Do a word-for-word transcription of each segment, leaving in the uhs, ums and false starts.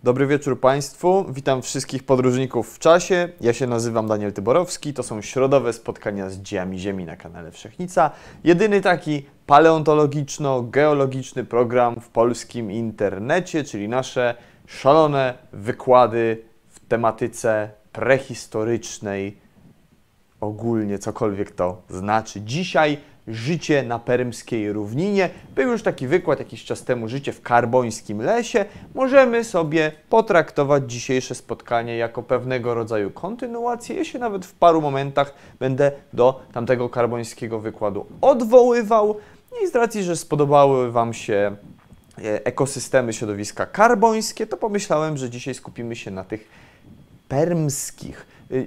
Dobry wieczór Państwu, witam wszystkich podróżników w czasie. Ja się nazywam Daniel Tyborowski, to są środowe spotkania z dziejami Ziemi na kanale Wszechnica. Jedyny taki paleontologiczno-geologiczny program w polskim internecie, czyli nasze szalone wykłady w tematyce prehistorycznej, ogólnie cokolwiek to znaczy. Dzisiaj życie na permskiej równinie. Był już taki wykład jakiś czas temu, życie w karbońskim lesie. Możemy sobie potraktować dzisiejsze spotkanie jako pewnego rodzaju kontynuację. Ja się nawet w paru momentach będę do tamtego karbońskiego wykładu odwoływał. I z racji, że spodobały Wam się ekosystemy środowiska karbońskie, to pomyślałem, że dzisiaj skupimy się na tych permskich.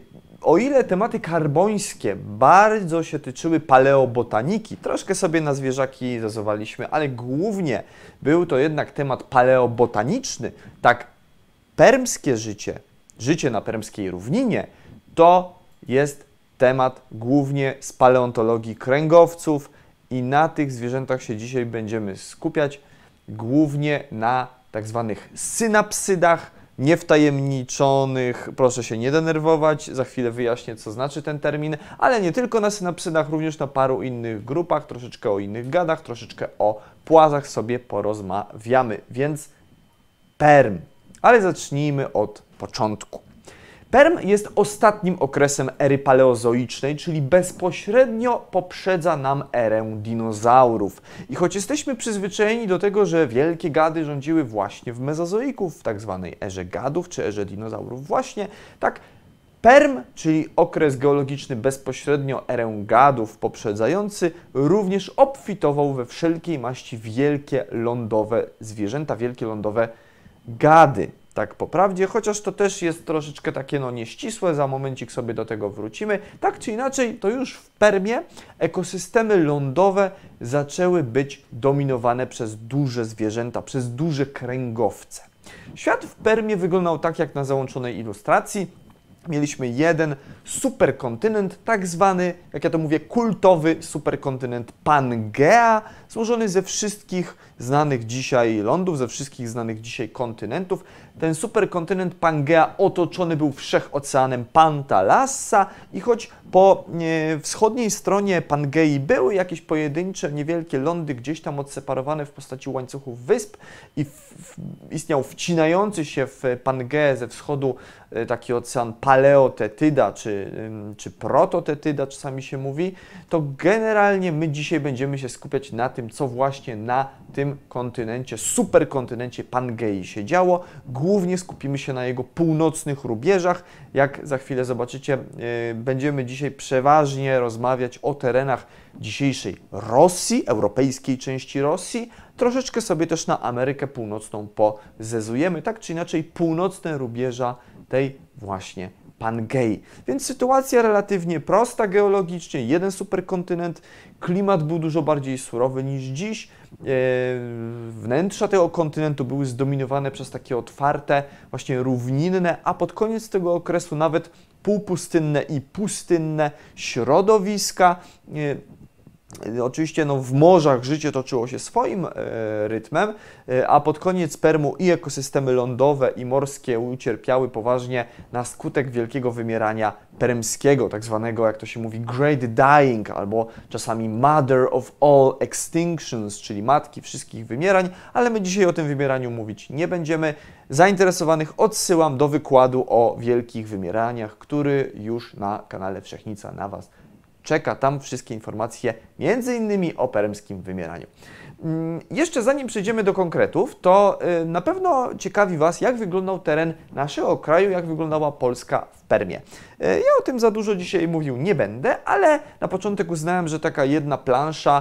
O ile tematy karbońskie bardzo się tyczyły paleobotaniki, troszkę sobie na zwierzaki zazowaliśmy, ale głównie był to jednak temat paleobotaniczny, tak permskie życie, życie na permskiej równinie, to jest temat głównie z paleontologii kręgowców i na tych zwierzętach się dzisiaj będziemy skupiać, głównie na tak zwanych synapsydach, niewtajemniczonych, proszę się nie denerwować, za chwilę wyjaśnię, co znaczy ten termin, ale nie tylko na synapsydach, również na paru innych grupach, troszeczkę o innych gadach, troszeczkę o płazach sobie porozmawiamy, więc perm. Ale zacznijmy od początku. Perm jest ostatnim okresem ery paleozoicznej, czyli bezpośrednio poprzedza nam erę dinozaurów. I choć jesteśmy przyzwyczajeni do tego, że wielkie gady rządziły właśnie w mezozoiku, w tak zwanej erze gadów czy erze dinozaurów właśnie, tak perm, czyli okres geologiczny bezpośrednio erę gadów poprzedzający, również obfitował we wszelkiej maści wielkie lądowe zwierzęta, wielkie lądowe gady. Tak po prawdzie, chociaż to też jest troszeczkę takie no nieścisłe, za momencik sobie do tego wrócimy. Tak czy inaczej, to już w Permie ekosystemy lądowe zaczęły być dominowane przez duże zwierzęta, przez duże kręgowce. Świat w Permie wyglądał tak jak na załączonej ilustracji. Mieliśmy jeden superkontynent, tak zwany, jak ja to mówię, kultowy superkontynent Pangea, złożony ze wszystkich znanych dzisiaj lądów, ze wszystkich znanych dzisiaj kontynentów. Ten superkontynent Pangea otoczony był wszechoceanem Pantalassa i choć po e, wschodniej stronie Pangei były jakieś pojedyncze, niewielkie lądy gdzieś tam odseparowane w postaci łańcuchów wysp i w, w, istniał wcinający się w Pangeę ze wschodu e, taki ocean Paleotetyda czy, e, czy Prototetyda czasami się mówi, to generalnie my dzisiaj będziemy się skupiać na tym, co właśnie na tym kontynencie, superkontynencie Pangei się działo. Głównie skupimy się na jego północnych rubieżach. Jak za chwilę zobaczycie, yy, będziemy dzisiaj przeważnie rozmawiać o terenach dzisiejszej Rosji, europejskiej części Rosji. Troszeczkę sobie też na Amerykę Północną pozezujemy, tak czy inaczej północne rubieża tej właśnie Pangei. Więc sytuacja relatywnie prosta geologicznie, jeden superkontynent, klimat był dużo bardziej surowy niż dziś. Wnętrza tego kontynentu były zdominowane przez takie otwarte, właśnie równinne, a pod koniec tego okresu nawet półpustynne i pustynne środowiska. Oczywiście no, w morzach życie toczyło się swoim e, rytmem, e, a pod koniec Permu i ekosystemy lądowe i morskie ucierpiały poważnie na skutek wielkiego wymierania permskiego, tak zwanego, jak to się mówi, Great Dying, albo czasami Mother of All Extinctions, czyli matki wszystkich wymierań, ale my dzisiaj o tym wymieraniu mówić nie będziemy. Zainteresowanych odsyłam do wykładu o wielkich wymieraniach, który już na kanale Wszechnica na Was czeka. Tam wszystkie informacje, między innymi o permskim wymieraniu. Jeszcze zanim przejdziemy do konkretów, to na pewno ciekawi Was, jak wyglądał teren naszego kraju, jak wyglądała Polska w Permie. Ja o tym za dużo dzisiaj mówił nie będę, ale na początek uznałem, że taka jedna plansza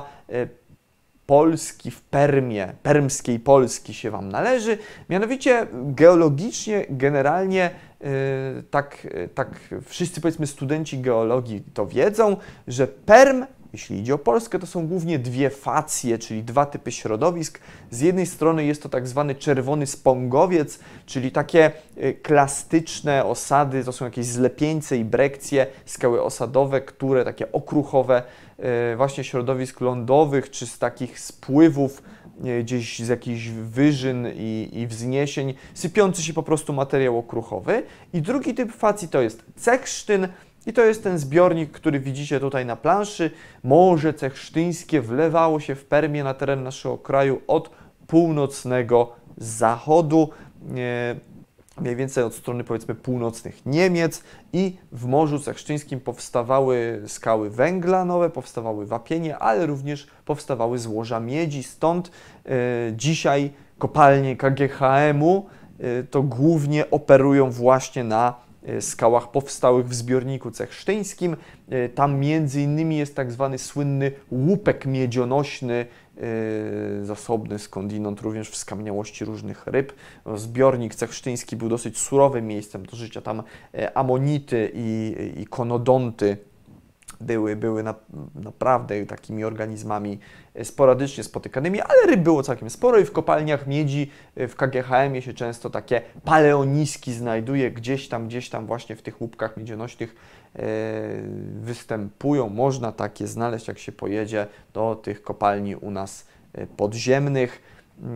Polski w Permie, permskiej Polski się Wam należy. Mianowicie geologicznie, generalnie yy, tak, tak wszyscy powiedzmy studenci geologii to wiedzą, że Perm, jeśli idzie o Polskę, to są głównie dwie facje, czyli dwa typy środowisk. Z jednej strony jest to tak zwany czerwony spągowiec, czyli takie y, klastyczne osady, to są jakieś zlepieńce i brekcje, skały osadowe, które takie okruchowe, y, właśnie środowisk lądowych, czy z takich spływów gdzieś z jakichś wyżyn i, i wzniesień, sypiący się po prostu materiał okruchowy. I drugi typ facji to jest cechsztyn i to jest ten zbiornik, który widzicie tutaj na planszy. Morze cechsztyńskie wlewało się w Permię na teren naszego kraju od północnego zachodu, mniej więcej od strony powiedzmy północnych Niemiec, i w Morzu Cechsztyńskim powstawały skały węgla nowe, powstawały wapienie, ale również powstawały złoża miedzi. Stąd e, dzisiaj kopalnie K G H M-u e, to głównie operują właśnie na e, skałach powstałych w zbiorniku cechsztyńskim. E, tam między innymi jest tak zwany słynny łupek miedzionośny, Yy, zasobny skądinąd również w skamieniałości różnych ryb. Zbiornik cechsztyński był dosyć surowym miejscem do życia. Tam e, amonity i, i konodonty były, były na, naprawdę takimi organizmami sporadycznie spotykanymi, ale ryb było całkiem sporo i w kopalniach miedzi w K G H M-ie się często takie paleoniski znajduje, gdzieś tam, gdzieś tam właśnie w tych łupkach miedzionośnych e, występują. Można takie znaleźć, jak się pojedzie do tych kopalni u nas podziemnych, e,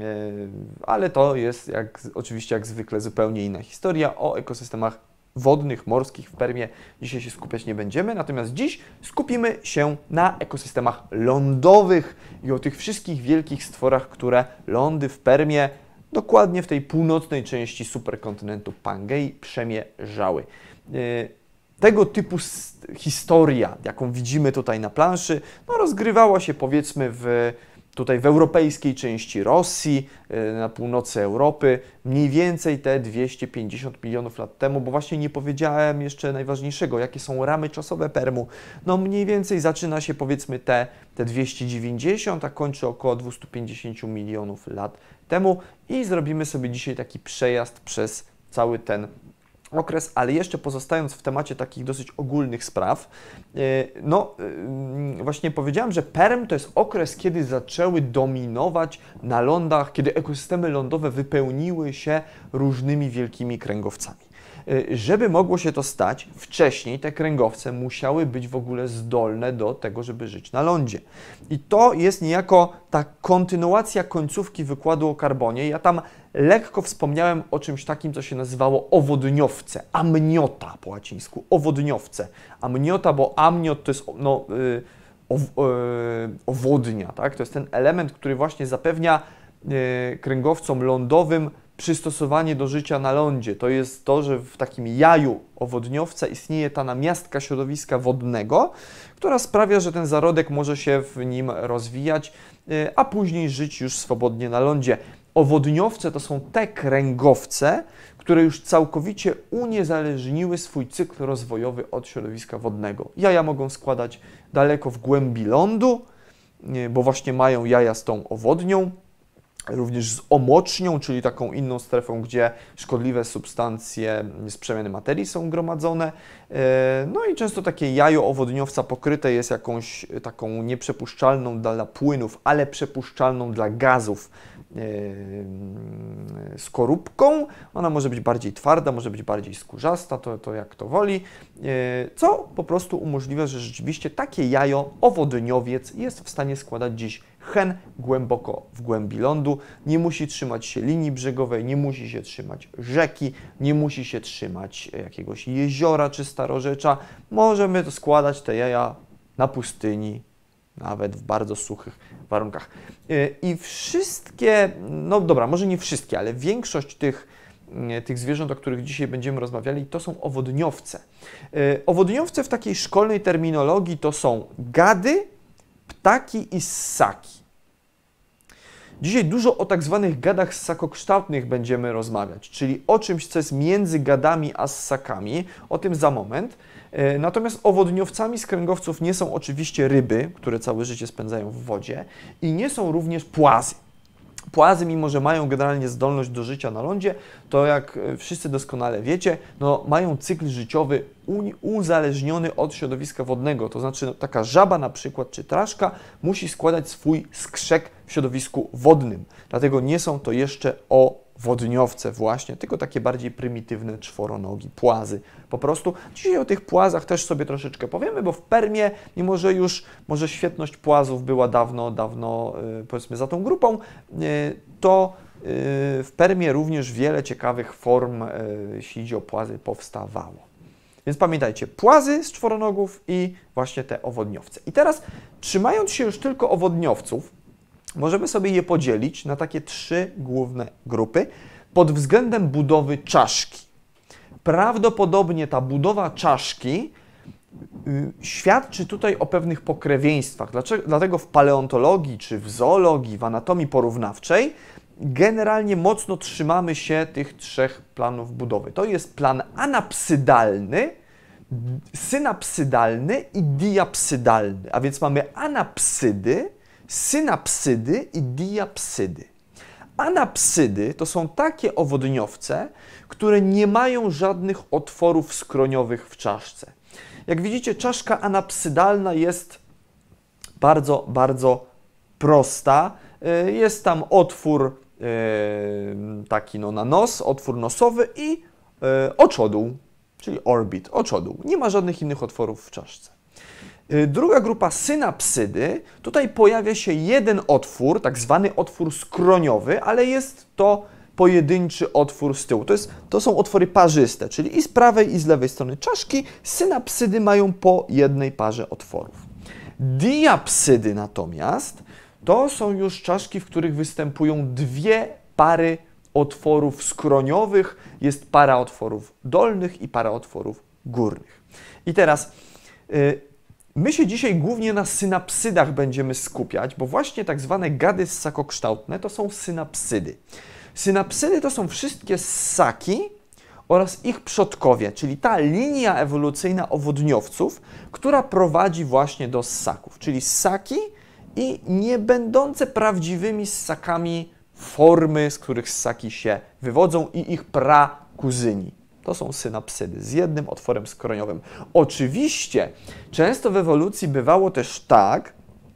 ale to jest jak, oczywiście jak zwykle zupełnie inna historia. O ekosystemach wodnych, morskich w Permie dzisiaj się skupiać nie będziemy, natomiast dziś skupimy się na ekosystemach lądowych i o tych wszystkich wielkich stworach, które lądy w Permie, dokładnie w tej północnej części superkontynentu Pangei, przemierzały. Tego typu historia, jaką widzimy tutaj na planszy, no rozgrywała się powiedzmy w tutaj w europejskiej części Rosji, na północy Europy, mniej więcej te dwieście pięćdziesiąt milionów lat temu, bo właśnie nie powiedziałem jeszcze najważniejszego, jakie są ramy czasowe Permu. No mniej więcej zaczyna się powiedzmy te, te dwieście dziewięćdziesiąt, a kończy około dwieście pięćdziesiąt milionów lat temu i zrobimy sobie dzisiaj taki przejazd przez cały ten okres, ale jeszcze pozostając w temacie takich dosyć ogólnych spraw, no właśnie powiedziałem, że Perm to jest okres, kiedy zaczęły dominować na lądach, kiedy ekosystemy lądowe wypełniły się różnymi wielkimi kręgowcami. Żeby mogło się to stać, wcześniej te kręgowce musiały być w ogóle zdolne do tego, żeby żyć na lądzie. I to jest niejako ta kontynuacja końcówki wykładu o karbonie. Ja tam lekko wspomniałem o czymś takim, co się nazywało owodniowce, amniota po łacińsku, owodniowce. Amniota, bo amniot to jest no, yy, ow, yy, owodnia, tak? To jest ten element, który właśnie zapewnia yy, kręgowcom lądowym przystosowanie do życia na lądzie. To jest to, że w takim jaju owodniowca istnieje ta namiastka środowiska wodnego, która sprawia, że ten zarodek może się w nim rozwijać, a później żyć już swobodnie na lądzie. Owodniowce to są te kręgowce, które już całkowicie uniezależniły swój cykl rozwojowy od środowiska wodnego. Jaja mogą składać daleko w głębi lądu, bo właśnie mają jaja z tą owodnią, również z omocznią, czyli taką inną strefą, gdzie szkodliwe substancje z przemiany materii są gromadzone. No i często takie jajo owodniowca pokryte jest jakąś taką nieprzepuszczalną dla płynów, ale przepuszczalną dla gazów skorupką. Ona może być bardziej twarda, może być bardziej skórzasta, to, to jak to woli, co po prostu umożliwia, że rzeczywiście takie jajo, owodniowiec, jest w stanie składać dziś hen głęboko w głębi lądu. Nie musi trzymać się linii brzegowej, nie musi się trzymać rzeki, nie musi się trzymać jakiegoś jeziora czy starorzecza. Możemy to składać te jaja na pustyni, nawet w bardzo suchych warunkach. I wszystkie, no dobra, może nie wszystkie, ale większość tych, tych zwierząt, o których dzisiaj będziemy rozmawiali, to są owodniowce. Owodniowce w takiej szkolnej terminologii to są gady, ptaki i ssaki. Dzisiaj dużo o tak zwanych gadach ssakokształtnych będziemy rozmawiać, czyli o czymś, co jest między gadami a ssakami, o tym za moment. Natomiast owodniowcami z kręgowców nie są oczywiście ryby, które całe życie spędzają w wodzie, i nie są również płazy. Płazy, mimo że mają generalnie zdolność do życia na lądzie, to jak wszyscy doskonale wiecie, no, mają cykl życiowy uzależniony od środowiska wodnego. To znaczy no, taka żaba na przykład, czy traszka musi składać swój skrzek w środowisku wodnym. Dlatego nie są to jeszcze owodniowce właśnie, tylko takie bardziej prymitywne czworonogi, płazy. Po prostu dzisiaj o tych płazach też sobie troszeczkę powiemy, bo w Permie, mimo że już może świetność płazów była dawno, dawno yy, powiedzmy za tą grupą, yy, to yy, w Permie również wiele ciekawych form, yy, jeśli idzie o płazy, powstawało. Więc pamiętajcie, płazy z czworonogów i właśnie te owodniowce. I teraz, trzymając się już tylko owodniowców, możemy sobie je podzielić na takie trzy główne grupy pod względem budowy czaszki. Prawdopodobnie ta budowa czaszki y, świadczy tutaj o pewnych pokrewieństwach. Dlaczego? Dlatego w paleontologii, czy w zoologii, w anatomii porównawczej generalnie mocno trzymamy się tych trzech planów budowy. To jest plan anapsydalny, synapsydalny i diapsydalny. A więc mamy anapsydy, synapsydy i diapsydy. Anapsydy to są takie owodniowce, które nie mają żadnych otworów skroniowych w czaszce. Jak widzicie, czaszka anapsydalna jest bardzo, bardzo prosta. Jest tam otwór taki no, na nos, otwór nosowy i oczodół, czyli orbit, oczodół. Nie ma żadnych innych otworów w czaszce. Druga grupa synapsydy, tutaj pojawia się jeden otwór, tak zwany otwór skroniowy, ale jest to pojedynczy otwór z tyłu. To, jest, to są otwory parzyste, czyli i z prawej, i z lewej strony czaszki. Synapsydy mają po jednej parze otworów. Diapsydy natomiast to są już czaszki, w których występują dwie pary otworów skroniowych. Jest para otworów dolnych i para otworów górnych. I teraz yy, my się dzisiaj głównie na synapsydach będziemy skupiać, bo właśnie tak zwane gady ssakokształtne to są synapsydy. Synapsydy to są wszystkie ssaki oraz ich przodkowie, czyli ta linia ewolucyjna owodniowców, która prowadzi właśnie do ssaków, czyli ssaki i nie będące prawdziwymi ssakami formy, z których ssaki się wywodzą i ich prakuzyni. To są synapsydy z jednym otworem skroniowym. Oczywiście często w ewolucji bywało też tak,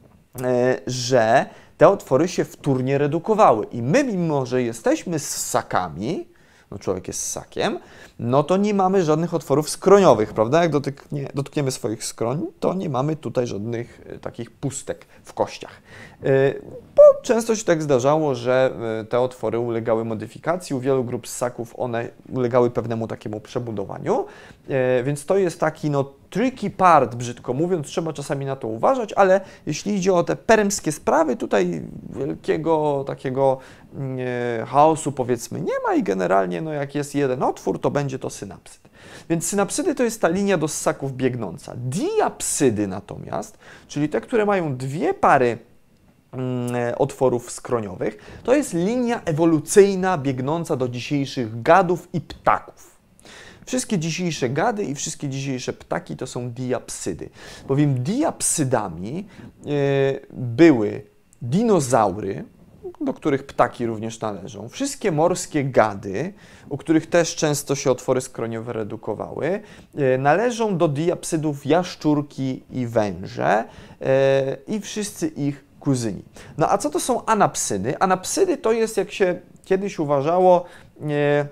że te otwory się wtórnie redukowały i my, mimo że jesteśmy ssakami, no człowiek jest ssakiem, no to nie mamy żadnych otworów skroniowych, prawda? Jak dotyknie, dotkniemy swoich skroń, to nie mamy tutaj żadnych y, takich pustek w kościach. Y, bo często się tak zdarzało, że y, te otwory ulegały modyfikacji. U wielu grup ssaków one ulegały pewnemu takiemu przebudowaniu, y, więc to jest taki no tricky part, brzydko mówiąc, trzeba czasami na to uważać, ale jeśli idzie o te permskie sprawy, tutaj wielkiego takiego e, chaosu powiedzmy nie ma i generalnie no jak jest jeden otwór, to będzie to synapsyd. Więc synapsydy to jest ta linia do ssaków biegnąca. Diapsydy natomiast, czyli te, które mają dwie pary mm, otworów skroniowych, to jest linia ewolucyjna biegnąca do dzisiejszych gadów i ptaków. Wszystkie dzisiejsze gady i wszystkie dzisiejsze ptaki to są diapsydy, bowiem diapsydami y, były dinozaury, do których ptaki również należą, wszystkie morskie gady, u których też często się otwory skroniowe redukowały, y, należą do diapsydów jaszczurki i węże y, i wszyscy ich kuzyni. No a co to są anapsydy? Anapsydy to jest, jak się kiedyś uważało, y,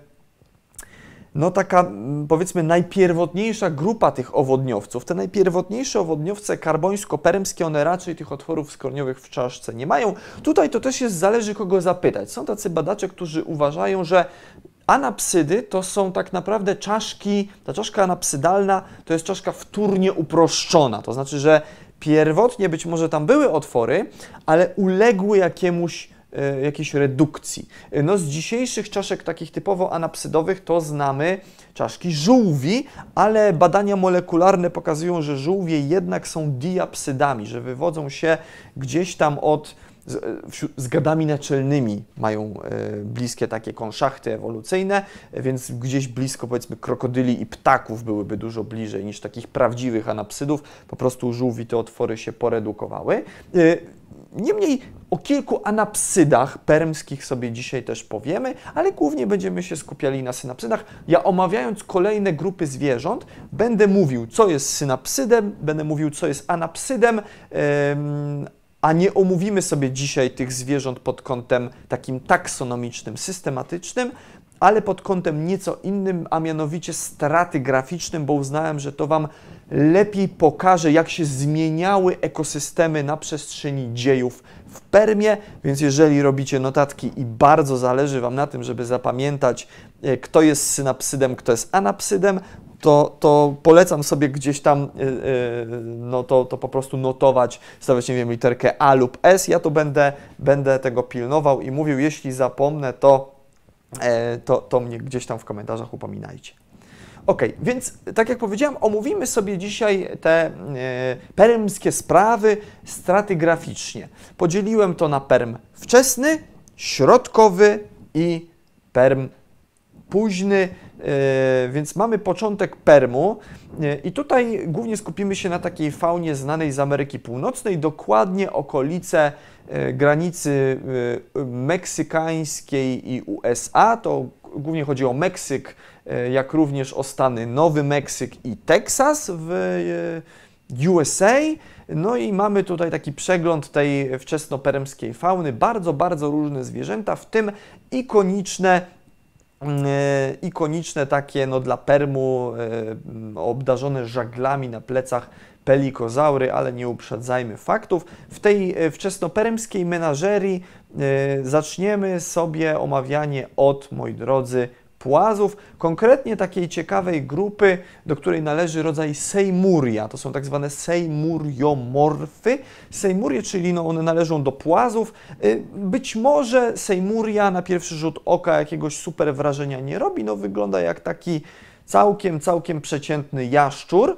no taka, powiedzmy, najpierwotniejsza grupa tych owodniowców. Te najpierwotniejsze owodniowce karbońsko-permskie, one raczej tych otworów skroniowych w czaszce nie mają. Tutaj to też jest, zależy kogo zapytać. Są tacy badacze, którzy uważają, że anapsydy to są tak naprawdę czaszki, ta czaszka anapsydalna to jest czaszka wtórnie uproszczona. To znaczy, że pierwotnie być może tam były otwory, ale uległy jakiemuś jakiejś redukcji. No z dzisiejszych czaszek takich typowo anapsydowych to znamy czaszki żółwi, ale badania molekularne pokazują, że żółwie jednak są diapsydami, że wywodzą się gdzieś tam od z, z gadami naczelnymi, mają e, bliskie takie konszachty ewolucyjne, więc gdzieś blisko powiedzmy krokodyli i ptaków byłyby dużo bliżej niż takich prawdziwych anapsydów. Po prostu u żółwi te otwory się poredukowały. E, Niemniej o kilku anapsydach permskich sobie dzisiaj też powiemy, ale głównie będziemy się skupiali na synapsydach. Ja omawiając kolejne grupy zwierząt, będę mówił, co jest synapsydem, będę mówił, co jest anapsydem, a nie omówimy sobie dzisiaj tych zwierząt pod kątem takim taksonomicznym, systematycznym, ale pod kątem nieco innym, a mianowicie stratygraficznym, bo uznałem, że to Wam lepiej pokaże, jak się zmieniały ekosystemy na przestrzeni dziejów w Permie, więc jeżeli robicie notatki i bardzo zależy Wam na tym, żeby zapamiętać, kto jest synapsydem, kto jest anapsydem, to, to polecam sobie gdzieś tam no to, to po prostu notować, stawiać, nie wiem, literkę A lub S. Ja to będę, będę tego pilnował i mówił, jeśli zapomnę, to, to, to mnie gdzieś tam w komentarzach upominajcie. Ok, więc tak jak powiedziałem, omówimy sobie dzisiaj te e, permskie sprawy stratygraficznie. Podzieliłem to na perm wczesny, środkowy i perm późny, e, więc mamy początek permu e, i tutaj głównie skupimy się na takiej faunie znanej z Ameryki Północnej, dokładnie okolice e, granicy e, meksykańskiej i U S A, to głównie chodzi o Meksyk, jak również o Stany Nowy Meksyk i Teksas w U S A. No i mamy tutaj taki przegląd tej wczesnopermskiej fauny. Bardzo, bardzo różne zwierzęta, w tym ikoniczne, ikoniczne takie no, dla Permu obdarzone żaglami na plecach pelikozaury, ale nie uprzedzajmy faktów. W tej wczesnopermskiej menażerii zaczniemy sobie omawianie od, moi drodzy, płazów, konkretnie takiej ciekawej grupy, do której należy rodzaj sejmuria. To są tak zwane sejmuriomorfy. Sejmurie, czyli no one należą do płazów. Być może sejmuria na pierwszy rzut oka jakiegoś super wrażenia nie robi. No wygląda jak taki całkiem, całkiem przeciętny jaszczur.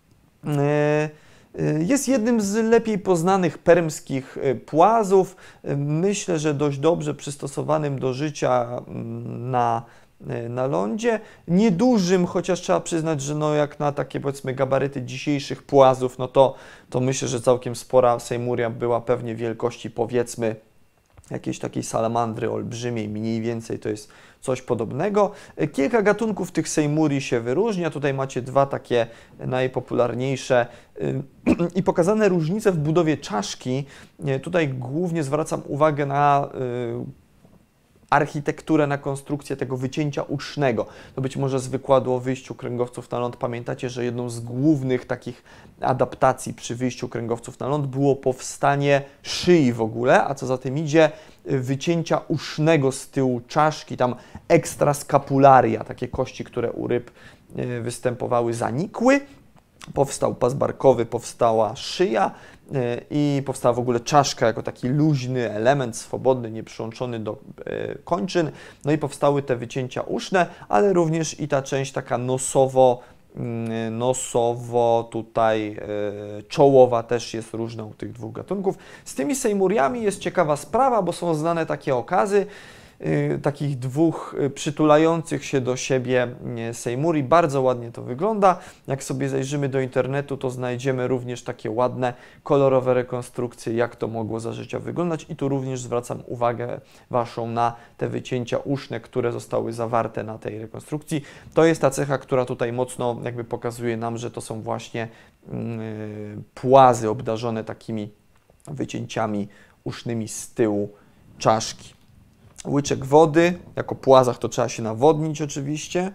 Jest jednym z lepiej poznanych permskich płazów. Myślę, że dość dobrze przystosowanym do życia na na lądzie, niedużym, chociaż trzeba przyznać, że no jak na takie powiedzmy gabaryty dzisiejszych płazów, no to, to myślę, że całkiem spora sejmuria była pewnie wielkości powiedzmy jakiejś takiej salamandry olbrzymiej, mniej więcej to jest coś podobnego. Kilka gatunków tych sejmurii się wyróżnia, tutaj macie dwa takie najpopularniejsze i pokazane różnice w budowie czaszki. Tutaj głównie zwracam uwagę na architekturę, na konstrukcję tego wycięcia usznego. To być może z wykładu o wyjściu kręgowców na ląd pamiętacie, że jedną z głównych takich adaptacji przy wyjściu kręgowców na ląd było powstanie szyi w ogóle, a co za tym idzie wycięcia usznego z tyłu czaszki, tam ekstraskapularia, takie kości, które u ryb występowały, zanikły. Powstał pas barkowy, powstała szyja i powstała w ogóle czaszka jako taki luźny element, swobodny, nieprzyłączony do kończyn. No i powstały te wycięcia uszne, ale również i ta część taka nosowo, nosowo tutaj czołowa też jest różna u tych dwóch gatunków. Z tymi sejmuriami jest ciekawa sprawa, bo są znane takie okazy, takich dwóch przytulających się do siebie sejmurii. Bardzo ładnie to wygląda. Jak sobie zajrzymy do internetu, to znajdziemy również takie ładne, kolorowe rekonstrukcje, jak to mogło za życia wyglądać. I tu również zwracam uwagę Waszą na te wycięcia uszne, które zostały zawarte na tej rekonstrukcji. To jest ta cecha, która tutaj mocno jakby pokazuje nam, że to są właśnie yy, płazy obdarzone takimi wycięciami usznymi z tyłu czaszki. Łyczek wody, jako płazach to trzeba się nawodnić oczywiście.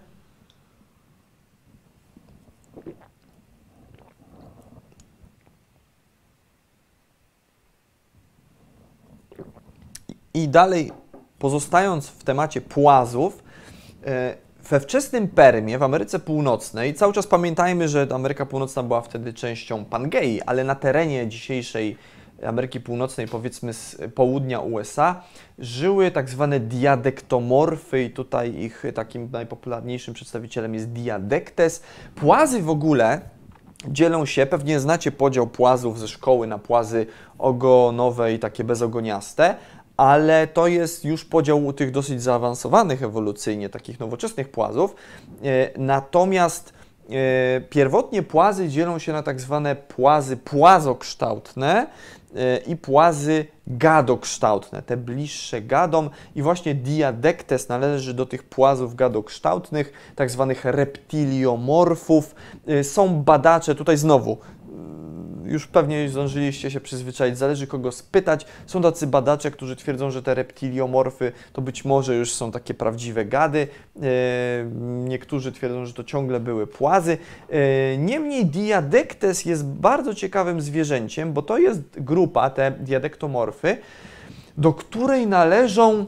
I dalej, pozostając w temacie płazów, we wczesnym Permie, w Ameryce Północnej, cały czas pamiętajmy, że Ameryka Północna była wtedy częścią Pangei, ale na terenie dzisiejszej Ameryki Północnej, powiedzmy z południa U S A, żyły tak zwane diadektomorfy i tutaj ich takim najpopularniejszym przedstawicielem jest Diadectes. Płazy w ogóle dzielą się, pewnie znacie podział płazów ze szkoły na płazy ogonowe i takie bezogoniaste, ale to jest już podział tych dosyć zaawansowanych ewolucyjnie, takich nowoczesnych płazów. Natomiast pierwotnie płazy dzielą się na tak zwane płazy płazokształtne i płazy gadokształtne, te bliższe gadom i właśnie Diadectes należy do tych płazów gadokształtnych, tak zwanych reptiliomorfów. Są badacze, tutaj znowu już pewnie zdążyliście się przyzwyczaić, zależy kogo spytać. Są tacy badacze, którzy twierdzą, że te reptiliomorfy to być może już są takie prawdziwe gady. Niektórzy twierdzą, że to ciągle były płazy. Niemniej Diadectes jest bardzo ciekawym zwierzęciem, bo to jest grupa, te diadektomorfy, do której należą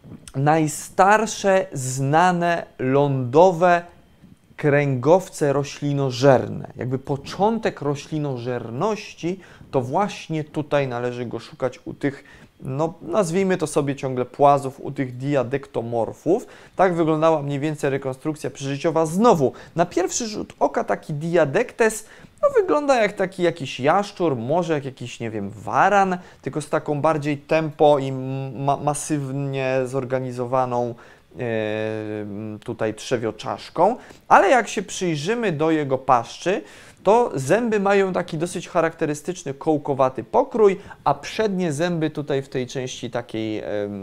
najstarsze znane lądowe kręgowce roślinożerne. Jakby początek roślinożerności, to właśnie tutaj należy go szukać u tych, no nazwijmy to sobie ciągle płazów, u tych diadektomorfów. Tak wyglądała mniej więcej rekonstrukcja przeżyciowa. Znowu, na pierwszy rzut oka taki Diadectes no, wygląda jak taki jakiś jaszczur, może jak jakiś, nie wiem, waran, tylko z taką bardziej tempo i ma masywnie zorganizowaną tutaj trzewioczaszką, ale jak się przyjrzymy do jego paszczy, to zęby mają taki dosyć charakterystyczny kołkowaty pokrój, a przednie zęby tutaj w tej części takiej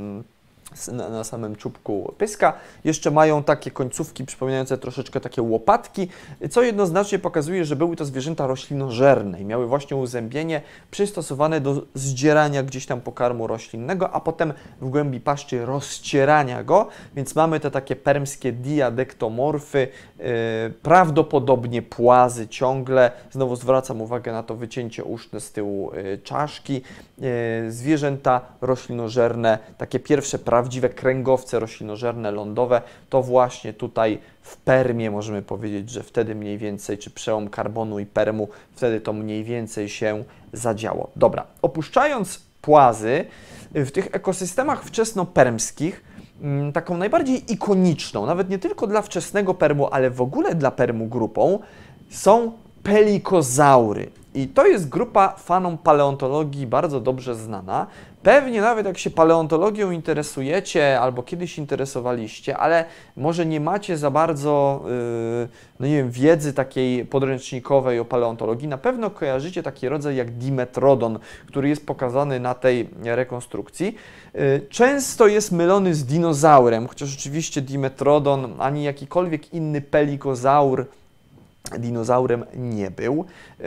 na, na samym czubku pyska jeszcze mają takie końcówki przypominające troszeczkę takie łopatki, co jednoznacznie pokazuje, że były to zwierzęta roślinożerne i miały właśnie uzębienie przystosowane do zdzierania gdzieś tam pokarmu roślinnego, a potem w głębi paszczy rozcierania go, więc mamy te takie permskie diadektomorfy, yy, prawdopodobnie płazy ciągle. Znowu zwracam uwagę na to wycięcie uszne z tyłu yy, czaszki. Yy, zwierzęta roślinożerne, takie pierwsze prawdziwe kręgowce roślinożerne lądowe, to właśnie tutaj w Permie możemy powiedzieć, że wtedy mniej więcej, czy przełom karbonu i Permu, wtedy to mniej więcej się zadziało. Dobra, opuszczając płazy, w tych ekosystemach wczesnopermskich taką najbardziej ikoniczną, nawet nie tylko dla wczesnego Permu, ale w ogóle dla Permu grupą, są pelikozaury. I to jest grupa fanom paleontologii bardzo dobrze znana. Pewnie nawet jak się paleontologią interesujecie albo kiedyś interesowaliście, ale może nie macie za bardzo yy, no nie wiem, wiedzy takiej podręcznikowej o paleontologii, na pewno kojarzycie taki rodzaj jak Dimetrodon, który jest pokazany na tej rekonstrukcji. Yy, często jest mylony z dinozaurem, chociaż oczywiście Dimetrodon ani jakikolwiek inny pelikozaur dinozaurem nie był.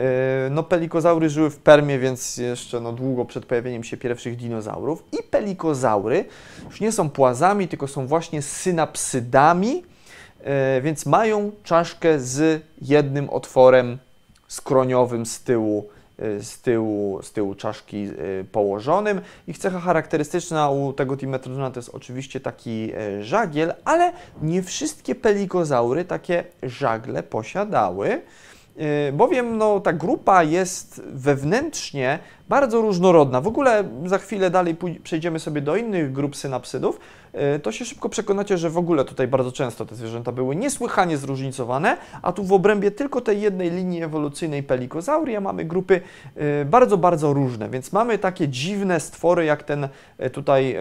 No, pelikozaury żyły w Permie, więc jeszcze no, długo przed pojawieniem się pierwszych dinozaurów. I pelikozaury już nie są płazami, tylko są właśnie synapsydami, więc mają czaszkę z jednym otworem skroniowym z tyłu, z tyłu, z tyłu czaszki położonym. Ich cecha charakterystyczna u tego Dimetrodona to jest oczywiście taki żagiel, ale nie wszystkie pelikozaury takie żagle posiadały, bowiem no, ta grupa jest wewnętrznie bardzo różnorodna. W ogóle za chwilę dalej przejdziemy sobie do innych grup synapsydów, to się szybko przekonacie, że w ogóle tutaj bardzo często te zwierzęta były niesłychanie zróżnicowane, a tu w obrębie tylko tej jednej linii ewolucyjnej pelikozauria mamy grupy bardzo, bardzo różne, więc mamy takie dziwne stwory jak ten tutaj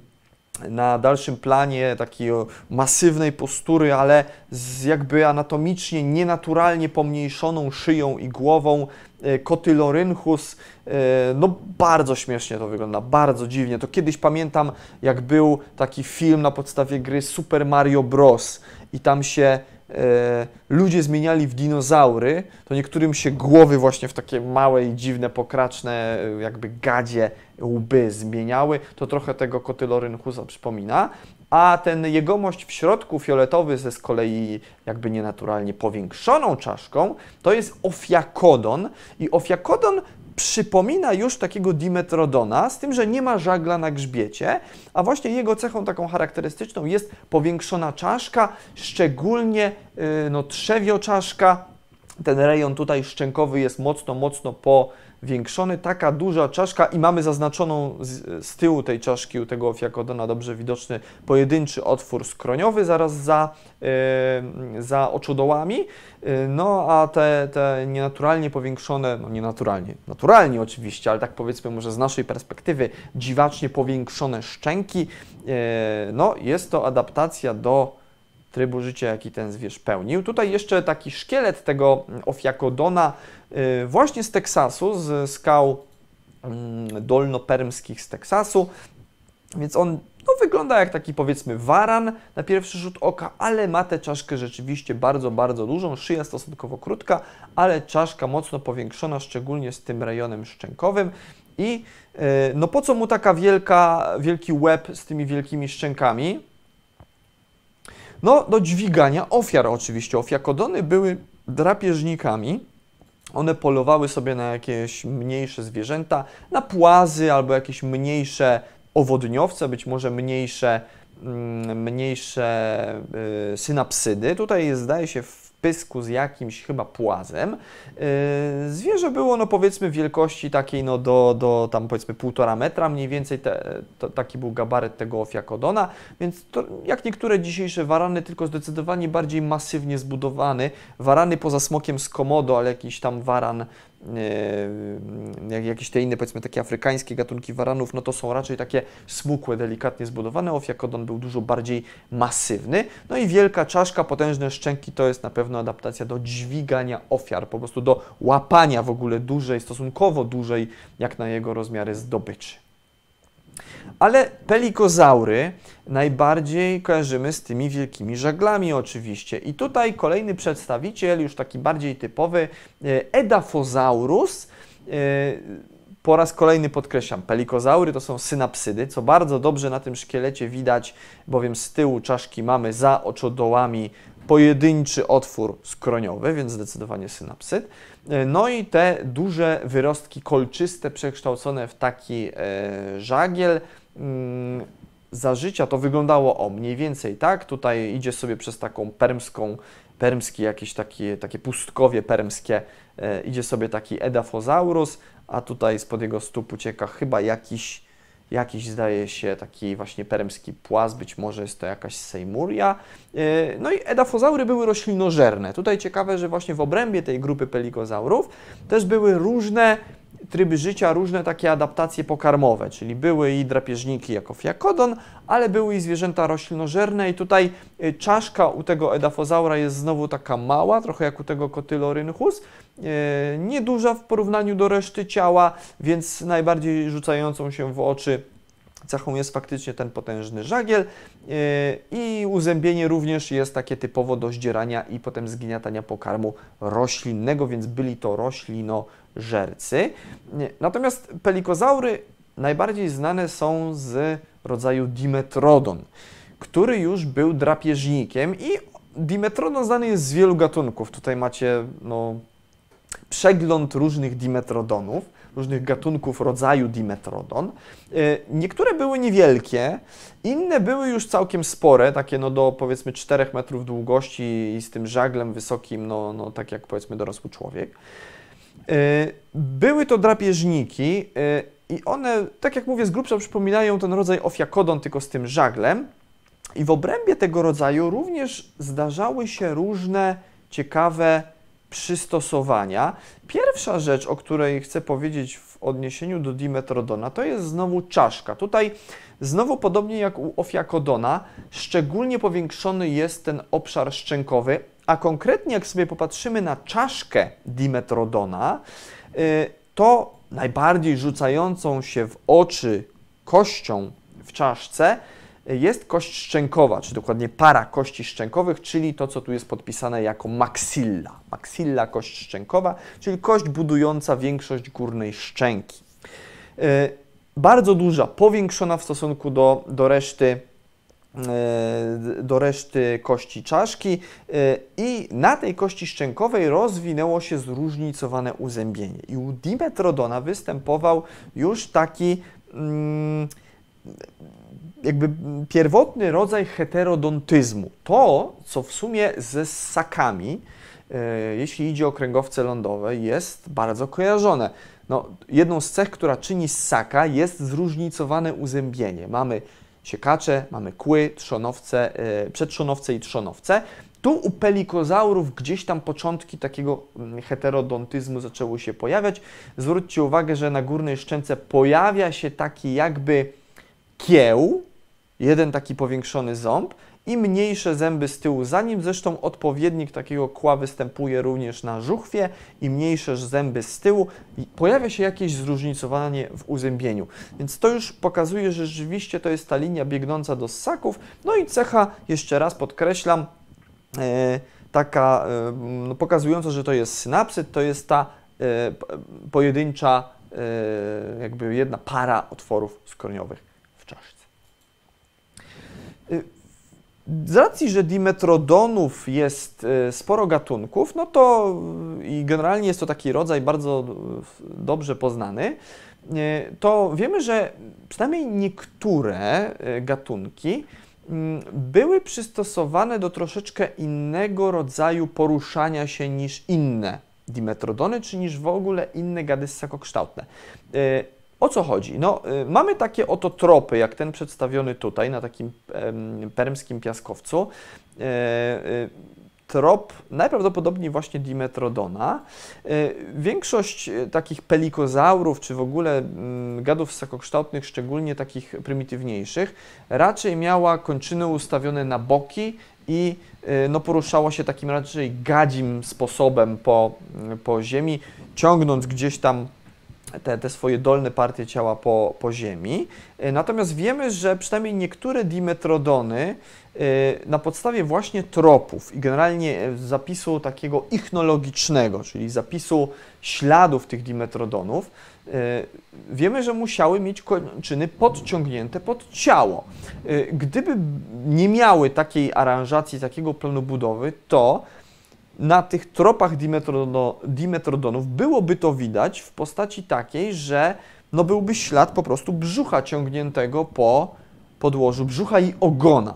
na dalszym planie takiej masywnej postury, ale z jakby anatomicznie nienaturalnie pomniejszoną szyją i głową, Kotylorynchus, no bardzo śmiesznie to wygląda, bardzo dziwnie. To kiedyś pamiętam, jak był taki film na podstawie gry Super Mario Bros. I tam się e, ludzie zmieniali w dinozaury, to niektórym się głowy właśnie w takie małe i dziwne, pokraczne, jakby gadzie łby zmieniały. To trochę tego Kotylorynchusa przypomina. A ten jegomość w środku, fioletowy, ze z kolei jakby nienaturalnie powiększoną czaszką, to jest Ofiakodon. I Ofiakodon przypomina już takiego Dimetrodona, z tym, że nie ma żagla na grzbiecie, a właśnie jego cechą taką charakterystyczną jest powiększona czaszka, szczególnie yy, no, trzewioczaszka. Ten rejon tutaj szczękowy jest mocno, mocno powiększony, taka duża czaszka i mamy zaznaczoną z, z tyłu tej czaszki u tego Ofiakodona dobrze widoczny pojedynczy otwór skroniowy zaraz za, yy, za oczodołami. Yy, no a te, te nienaturalnie powiększone, no nienaturalnie, naturalnie oczywiście, ale tak powiedzmy może z naszej perspektywy dziwacznie powiększone szczęki, yy, no jest to adaptacja do trybu życia, jaki ten zwierz pełnił. Tutaj jeszcze taki szkielet tego Ofiakodona yy, właśnie z Teksasu, z skał yy, dolnopermskich z Teksasu, więc on no wygląda jak taki powiedzmy waran na pierwszy rzut oka, ale ma tę czaszkę rzeczywiście bardzo, bardzo dużą, szyja stosunkowo krótka, ale czaszka mocno powiększona, szczególnie z tym rejonem szczękowym. I no po co mu taka wielka, wielki łeb z tymi wielkimi szczękami? No do dźwigania ofiar oczywiście. Ofiakodony były drapieżnikami. One polowały sobie na jakieś mniejsze zwierzęta, na płazy albo jakieś mniejsze owodniowce, być może mniejsze, mniejsze yy, synapsydy. Tutaj jest, zdaje się, w pysku z jakimś chyba płazem. Yy, zwierzę było, no powiedzmy, wielkości takiej, no do, do tam powiedzmy półtora metra, mniej więcej te, to, taki był gabaryt tego ofiakodona, więc to jak niektóre dzisiejsze warany, tylko zdecydowanie bardziej masywnie zbudowany. Warany poza smokiem z Komodo, ale jakiś tam waran, Yy, jak jakieś te inne, powiedzmy, takie afrykańskie gatunki waranów, no to są raczej takie smukłe, delikatnie zbudowane. Ofiakodon był dużo bardziej masywny. No i wielka czaszka, potężne szczęki to jest na pewno adaptacja do dźwigania ofiar, po prostu do łapania w ogóle dużej, stosunkowo dużej, jak na jego rozmiary, zdobyczy. Ale pelikozaury najbardziej kojarzymy z tymi wielkimi żaglami oczywiście. I tutaj kolejny przedstawiciel, już taki bardziej typowy, Edaphosaurus. Po raz kolejny podkreślam, pelikozaury to są synapsydy, co bardzo dobrze na tym szkielecie widać, bowiem z tyłu czaszki mamy za oczodołami pojedynczy otwór skroniowy, więc zdecydowanie synapsyd. No i te duże wyrostki kolczyste, przekształcone w taki e, żagiel. Mm, za życia to wyglądało o mniej więcej tak. Tutaj idzie sobie przez taką permską, permski jakieś takie, takie pustkowie permskie, e, idzie sobie taki Edaphosaurus, a tutaj spod jego stóp ucieka chyba jakiś Jakiś, zdaje się, taki właśnie permski płaz, być może jest to jakaś sejmuria. No i edaphosaury były roślinożerne. Tutaj ciekawe, że właśnie w obrębie tej grupy pelikozaurów też były różne tryby życia, różne takie adaptacje pokarmowe, czyli były i drapieżniki jako fiakodon, ale były i zwierzęta roślinożerne i tutaj czaszka u tego edaphosaura jest znowu taka mała, trochę jak u tego Cotylorhynchus, nieduża w porównaniu do reszty ciała, więc najbardziej rzucającą się w oczy cechą jest faktycznie ten potężny żagiel i uzębienie również jest takie typowo do zdzierania i potem zgniatania pokarmu roślinnego, więc byli to roślinożercy. Natomiast pelikozaury najbardziej znane są z rodzaju Dimetrodon, który już był drapieżnikiem i Dimetrodon znany jest z wielu gatunków. Tutaj macie no, przegląd różnych dimetrodonów, różnych gatunków rodzaju Dimetrodon. Niektóre były niewielkie, inne były już całkiem spore, takie no do powiedzmy czterech metrów długości i z tym żaglem wysokim, no, no tak jak powiedzmy dorosły człowiek. Były to drapieżniki i one, tak jak mówię, z grubsza przypominają ten rodzaj ofiakodon, tylko z tym żaglem. I w obrębie tego rodzaju również zdarzały się różne ciekawe przystosowania. Pierwsza rzecz, o której chcę powiedzieć w odniesieniu do Dimetrodona, to jest znowu czaszka. Tutaj znowu podobnie jak u ofiakodona, szczególnie powiększony jest ten obszar szczękowy, a konkretnie jak sobie popatrzymy na czaszkę Dimetrodona, to najbardziej rzucającą się w oczy kością w czaszce jest kość szczękowa, czy dokładnie para kości szczękowych, czyli to, co tu jest podpisane jako maxilla. Maxilla, kość szczękowa, czyli kość budująca większość górnej szczęki. Yy, bardzo duża, powiększona w stosunku do, do reszty do reszty kości czaszki i na tej kości szczękowej rozwinęło się zróżnicowane uzębienie. I u Dimetrodona występował już taki mm, jakby pierwotny rodzaj heterodontyzmu. To, co w sumie ze ssakami, jeśli idzie o kręgowce lądowe, jest bardzo kojarzone. No, jedną z cech, która czyni ssaka, jest zróżnicowane uzębienie. Mamy siekacze, mamy kły, trzonowce, yy, przedtrzonowce i trzonowce. Tu u pelikozaurów gdzieś tam początki takiego heterodontyzmu zaczęły się pojawiać. Zwróćcie uwagę, że na górnej szczęce pojawia się taki jakby kieł, jeden taki powiększony ząb i mniejsze zęby z tyłu za nim. Zresztą odpowiednik takiego kła występuje również na żuchwie i mniejsze zęby z tyłu. I pojawia się jakieś zróżnicowanie w uzębieniu. Więc to już pokazuje, że rzeczywiście to jest ta linia biegnąca do ssaków. No i cecha, jeszcze raz podkreślam, e, taka e, no, pokazująca, że to jest synapsyd, to jest ta e, pojedyncza, e, jakby jedna para otworów skroniowych w czaszce. E, z racji, że dimetrodonów jest e, sporo gatunków, no to e, i generalnie jest to taki rodzaj bardzo e, dobrze poznany, e, to wiemy, że przynajmniej niektóre e, gatunki były przystosowane do troszeczkę innego rodzaju poruszania się niż inne dimetrodony, czy niż w ogóle inne gady ssakokształtne. O co chodzi? No, mamy takie oto tropy, jak ten przedstawiony tutaj na takim permskim piaskowcu. Trop najprawdopodobniej właśnie dimetrodona. Większość takich pelikozaurów, czy w ogóle gadów ssakokształtnych, szczególnie takich prymitywniejszych, raczej miała kończyny ustawione na boki i no, poruszała się takim raczej gadzim sposobem po, po ziemi, ciągnąc gdzieś tam Te, te swoje dolne partie ciała po, po ziemi. Natomiast wiemy, że przynajmniej niektóre dimetrodony na podstawie właśnie tropów i generalnie zapisu takiego ichnologicznego, czyli zapisu śladów tych dimetrodonów, wiemy, że musiały mieć kończyny podciągnięte pod ciało. Gdyby nie miały takiej aranżacji, takiego planu budowy, to na tych tropach dimetrodonów byłoby to widać w postaci takiej, że no byłby ślad po prostu brzucha ciągniętego po podłożu, brzucha i ogona.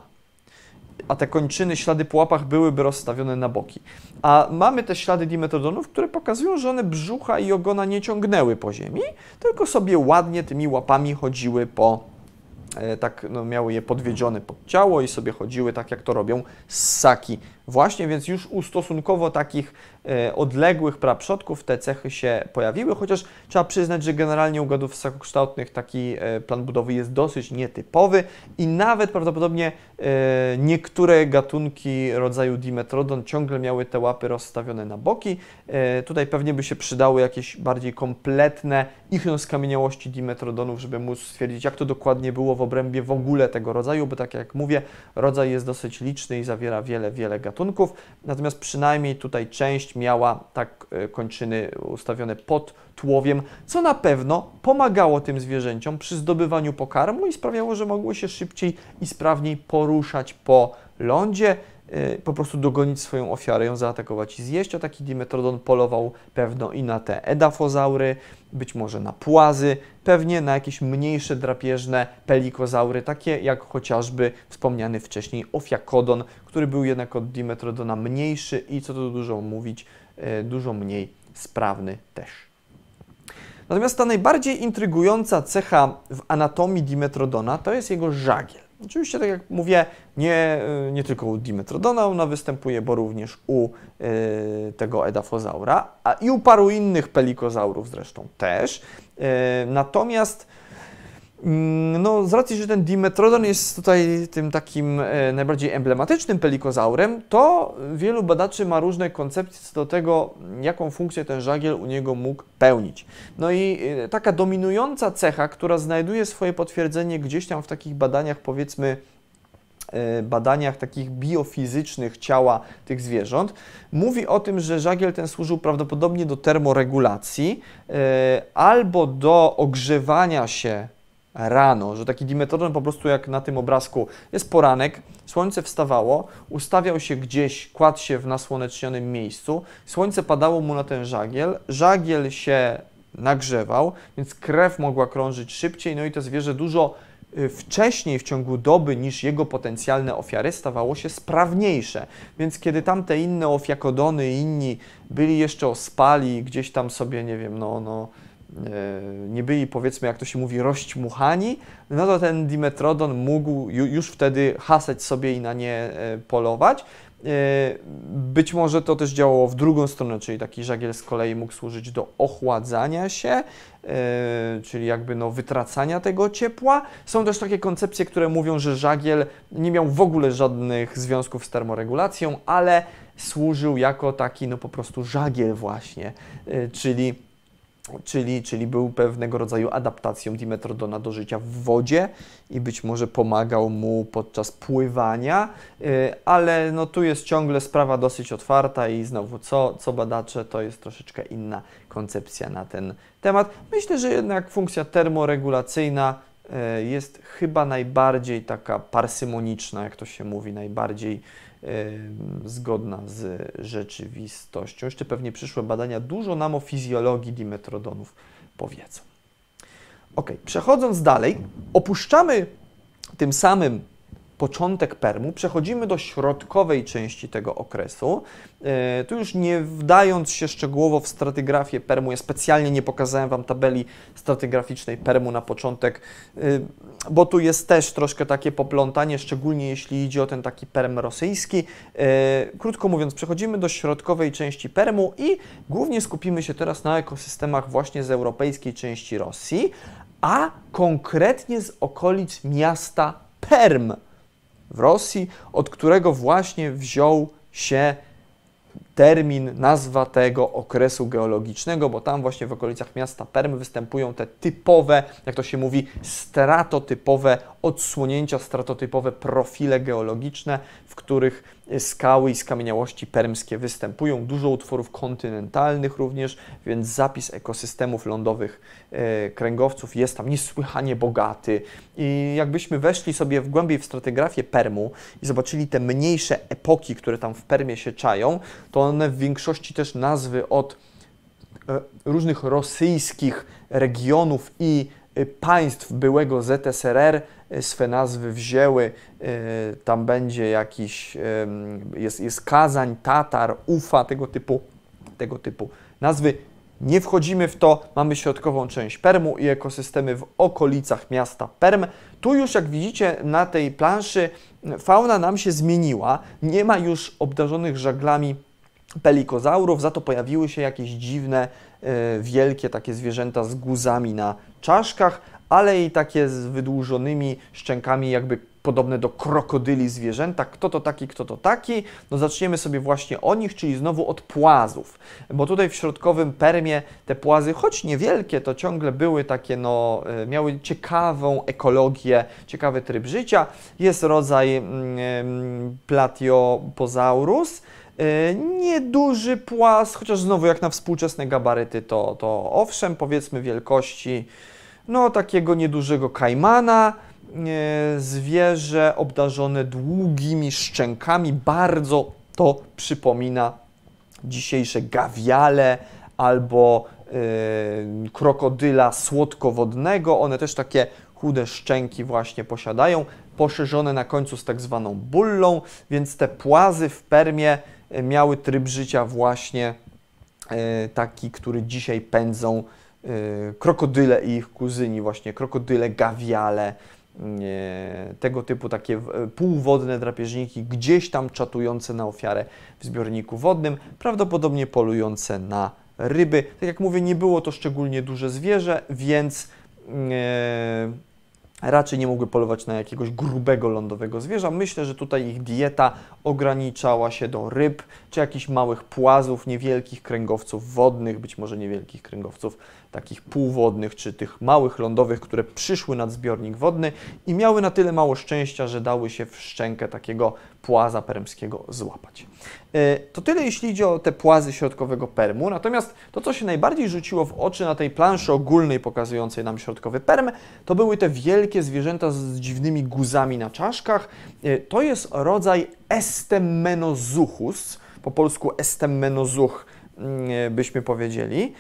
A te kończyny, ślady po łapach byłyby rozstawione na boki. A mamy te ślady dimetrodonów, które pokazują, że one brzucha i ogona nie ciągnęły po ziemi, tylko sobie ładnie tymi łapami chodziły po tak no, miały je podwiedzione pod ciało i sobie chodziły tak, jak to robią ssaki. Właśnie, więc już u stosunkowo takich e, odległych praprzodków te cechy się pojawiły, chociaż trzeba przyznać, że generalnie u gadów ssakokształtnych taki e, plan budowy jest dosyć nietypowy i nawet prawdopodobnie e, niektóre gatunki rodzaju dimetrodon ciągle miały te łapy rozstawione na boki. E, tutaj pewnie by się przydały jakieś bardziej kompletne ichnoskamieniałości dimetrodonów, żeby móc stwierdzić, jak to dokładnie było w obrębie w ogóle tego rodzaju, bo tak jak mówię, rodzaj jest dosyć liczny i zawiera wiele, wiele gatunków, natomiast przynajmniej tutaj część miała tak kończyny ustawione pod tułowiem, co na pewno pomagało tym zwierzęciom przy zdobywaniu pokarmu i sprawiało, że mogły się szybciej i sprawniej poruszać po lądzie, po prostu dogonić swoją ofiarę, ją zaatakować i zjeść, a taki dimetrodon polował pewno i na te edafozaury, być może na płazy, pewnie na jakieś mniejsze drapieżne pelikozaury, takie jak chociażby wspomniany wcześniej ofiakodon, który był jednak od dimetrodona mniejszy i co tu dużo mówić, dużo mniej sprawny też. Natomiast ta najbardziej intrygująca cecha w anatomii dimetrodona to jest jego żagiel. Oczywiście, tak jak mówię, nie, nie tylko u dimetrodona ona występuje, bo również u y, tego edafozaura, a i u paru innych pelikozaurów zresztą też. Y, natomiast y, no, z racji, że ten dimetrodon jest tutaj tym takim y, najbardziej emblematycznym pelikozaurem, to wielu badaczy ma różne koncepcje co do tego, jaką funkcję ten żagiel u niego mógł pełnić. No i y, taka dominująca cecha, która znajduje swoje potwierdzenie gdzieś tam w takich badaniach, powiedzmy, badaniach takich biofizycznych ciała tych zwierząt, mówi o tym, że żagiel ten służył prawdopodobnie do termoregulacji yy, albo do ogrzewania się rano, że taki dimetrodon po prostu jak na tym obrazku jest poranek, słońce wstawało, ustawiał się gdzieś, kładł się w nasłonecznionym miejscu, słońce padało mu na ten żagiel, żagiel się nagrzewał, więc krew mogła krążyć szybciej, no i to zwierzę dużo wcześniej w ciągu doby niż jego potencjalne ofiary stawało się sprawniejsze. Więc kiedy tamte inne ofiakodony i inni byli jeszcze ospali, gdzieś tam sobie, nie wiem, no, no nie byli, powiedzmy, jak to się mówi, rozćmuchani, no to ten dimetrodon mógł już wtedy hasać sobie i na nie polować. Być może to też działało w drugą stronę, czyli taki żagiel z kolei mógł służyć do ochładzania się, czyli jakby no wytracania tego ciepła. Są też takie koncepcje, które mówią, że żagiel nie miał w ogóle żadnych związków z termoregulacją, ale służył jako taki no po prostu żagiel właśnie, czyli Czyli, czyli był pewnego rodzaju adaptacją Dimetrodona do życia w wodzie i być może pomagał mu podczas pływania, ale no tu jest ciągle sprawa dosyć otwarta i znowu co, co badacze, to jest troszeczkę inna koncepcja na ten temat. Myślę, że jednak funkcja termoregulacyjna jest chyba najbardziej taka parsymoniczna, jak to się mówi, najbardziej zgodna z rzeczywistością. Jeszcze pewnie przyszłe badania dużo nam o fizjologii dimetrodonów powiedzą. Ok, przechodząc dalej, opuszczamy tym samym początek Permu, przechodzimy do środkowej części tego okresu. E, tu już nie wdając się szczegółowo w stratygrafię Permu, ja specjalnie nie pokazałem Wam tabeli stratygraficznej Permu na początek, e, bo tu jest też troszkę takie poplątanie, szczególnie jeśli idzie o ten taki Perm rosyjski. E, krótko mówiąc, przechodzimy do środkowej części Permu i głównie skupimy się teraz na ekosystemach właśnie z europejskiej części Rosji, a konkretnie z okolic miasta Perm w Rosji, od którego właśnie wziął się termin, nazwa tego okresu geologicznego, bo tam właśnie w okolicach miasta Perm występują te typowe, jak to się mówi, stratotypowe odsłonięcia, stratotypowe profile geologiczne, w których skały i skamieniałości permskie występują. Dużo utworów kontynentalnych również, więc zapis ekosystemów lądowych e, kręgowców jest tam niesłychanie bogaty. I jakbyśmy weszli sobie w głębiej w stratygrafię Permu i zobaczyli te mniejsze epoki, które tam w Permie się czają, to one w większości też nazwy od e, różnych rosyjskich regionów i państw byłego Z S R R swe nazwy wzięły. Tam będzie jakiś, jest, jest Kazań, Tatar, Ufa, tego typu, tego typu nazwy. Nie wchodzimy w to, mamy środkową część Permu i ekosystemy w okolicach miasta Perm. Tu już, jak widzicie na tej planszy, fauna nam się zmieniła. Nie ma już obdarzonych żaglami pelikozaurów, za to pojawiły się jakieś dziwne, wielkie takie zwierzęta z guzami na czaszkach, ale i takie z wydłużonymi szczękami, jakby podobne do krokodyli zwierzęta. Kto to taki, kto to taki? No zaczniemy sobie właśnie o nich, czyli znowu od płazów, bo tutaj w środkowym Permie te płazy, choć niewielkie, to ciągle były takie, no, miały ciekawą ekologię, ciekawy tryb życia. Jest rodzaj mm, Platyoposaurus, nieduży płaz, chociaż znowu jak na współczesne gabaryty, to, to owszem, powiedzmy wielkości no takiego niedużego kajmana, zwierzę obdarzone długimi szczękami, bardzo to przypomina dzisiejsze gawiale albo yy, krokodyla słodkowodnego. One też takie chude szczęki właśnie posiadają, poszerzone na końcu z tak zwaną bullą, więc te płazy w Permie miały tryb życia właśnie yy, taki, który dzisiaj pędzą yy, krokodyle i ich kuzyni, właśnie krokodyle, gawiale, tego typu takie półwodne drapieżniki, gdzieś tam czatujące na ofiarę w zbiorniku wodnym, prawdopodobnie polujące na ryby. Tak jak mówię, nie było to szczególnie duże zwierzę, więc e, raczej nie mogły polować na jakiegoś grubego lądowego zwierza. Myślę, że tutaj ich dieta ograniczała się do ryb, czy jakichś małych płazów, niewielkich kręgowców wodnych, być może niewielkich kręgowców takich półwodnych, czy tych małych lądowych, które przyszły nad zbiornik wodny i miały na tyle mało szczęścia, że dały się w szczękę takiego płaza permskiego złapać. To tyle, jeśli idzie o te płazy środkowego Permu. Natomiast to, co się najbardziej rzuciło w oczy na tej planszy ogólnej pokazującej nam środkowy Perm, to były te wielkie zwierzęta z dziwnymi guzami na czaszkach. To jest rodzaj Estemenozuchus, po polsku Estemenozuch byśmy powiedzieli.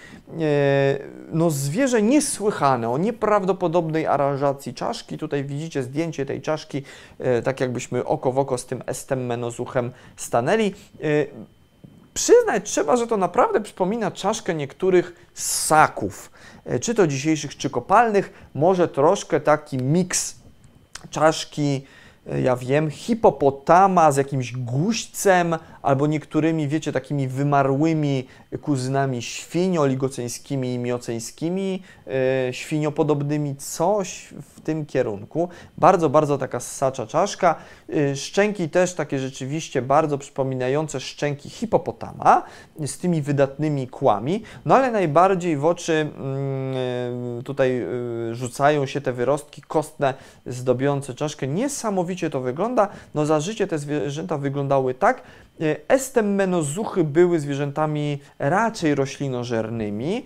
No zwierzę niesłychane, o nieprawdopodobnej aranżacji czaszki. Tutaj widzicie zdjęcie tej czaszki, tak jakbyśmy oko w oko z tym Estemenozuchem stanęli. Przyznać trzeba, że to naprawdę przypomina czaszkę niektórych ssaków, czy to dzisiejszych, czy kopalnych. Może troszkę taki miks czaszki ja wiem, hipopotama z jakimś guźcem, albo niektórymi, wiecie, takimi wymarłymi kuzynami świń oligoceńskimi i mioceńskimi, yy, świniopodobnymi, coś w tym kierunku. Bardzo, bardzo taka ssacza czaszka. Yy, szczęki też takie rzeczywiście bardzo przypominające szczęki hipopotama, z tymi wydatnymi kłami, no ale najbardziej w oczy yy, tutaj yy, rzucają się te wyrostki kostne zdobiące czaszkę. Niesamowicie to wygląda. No za życie te zwierzęta wyglądały tak. Estemmenozuchy były zwierzętami raczej roślinożernymi,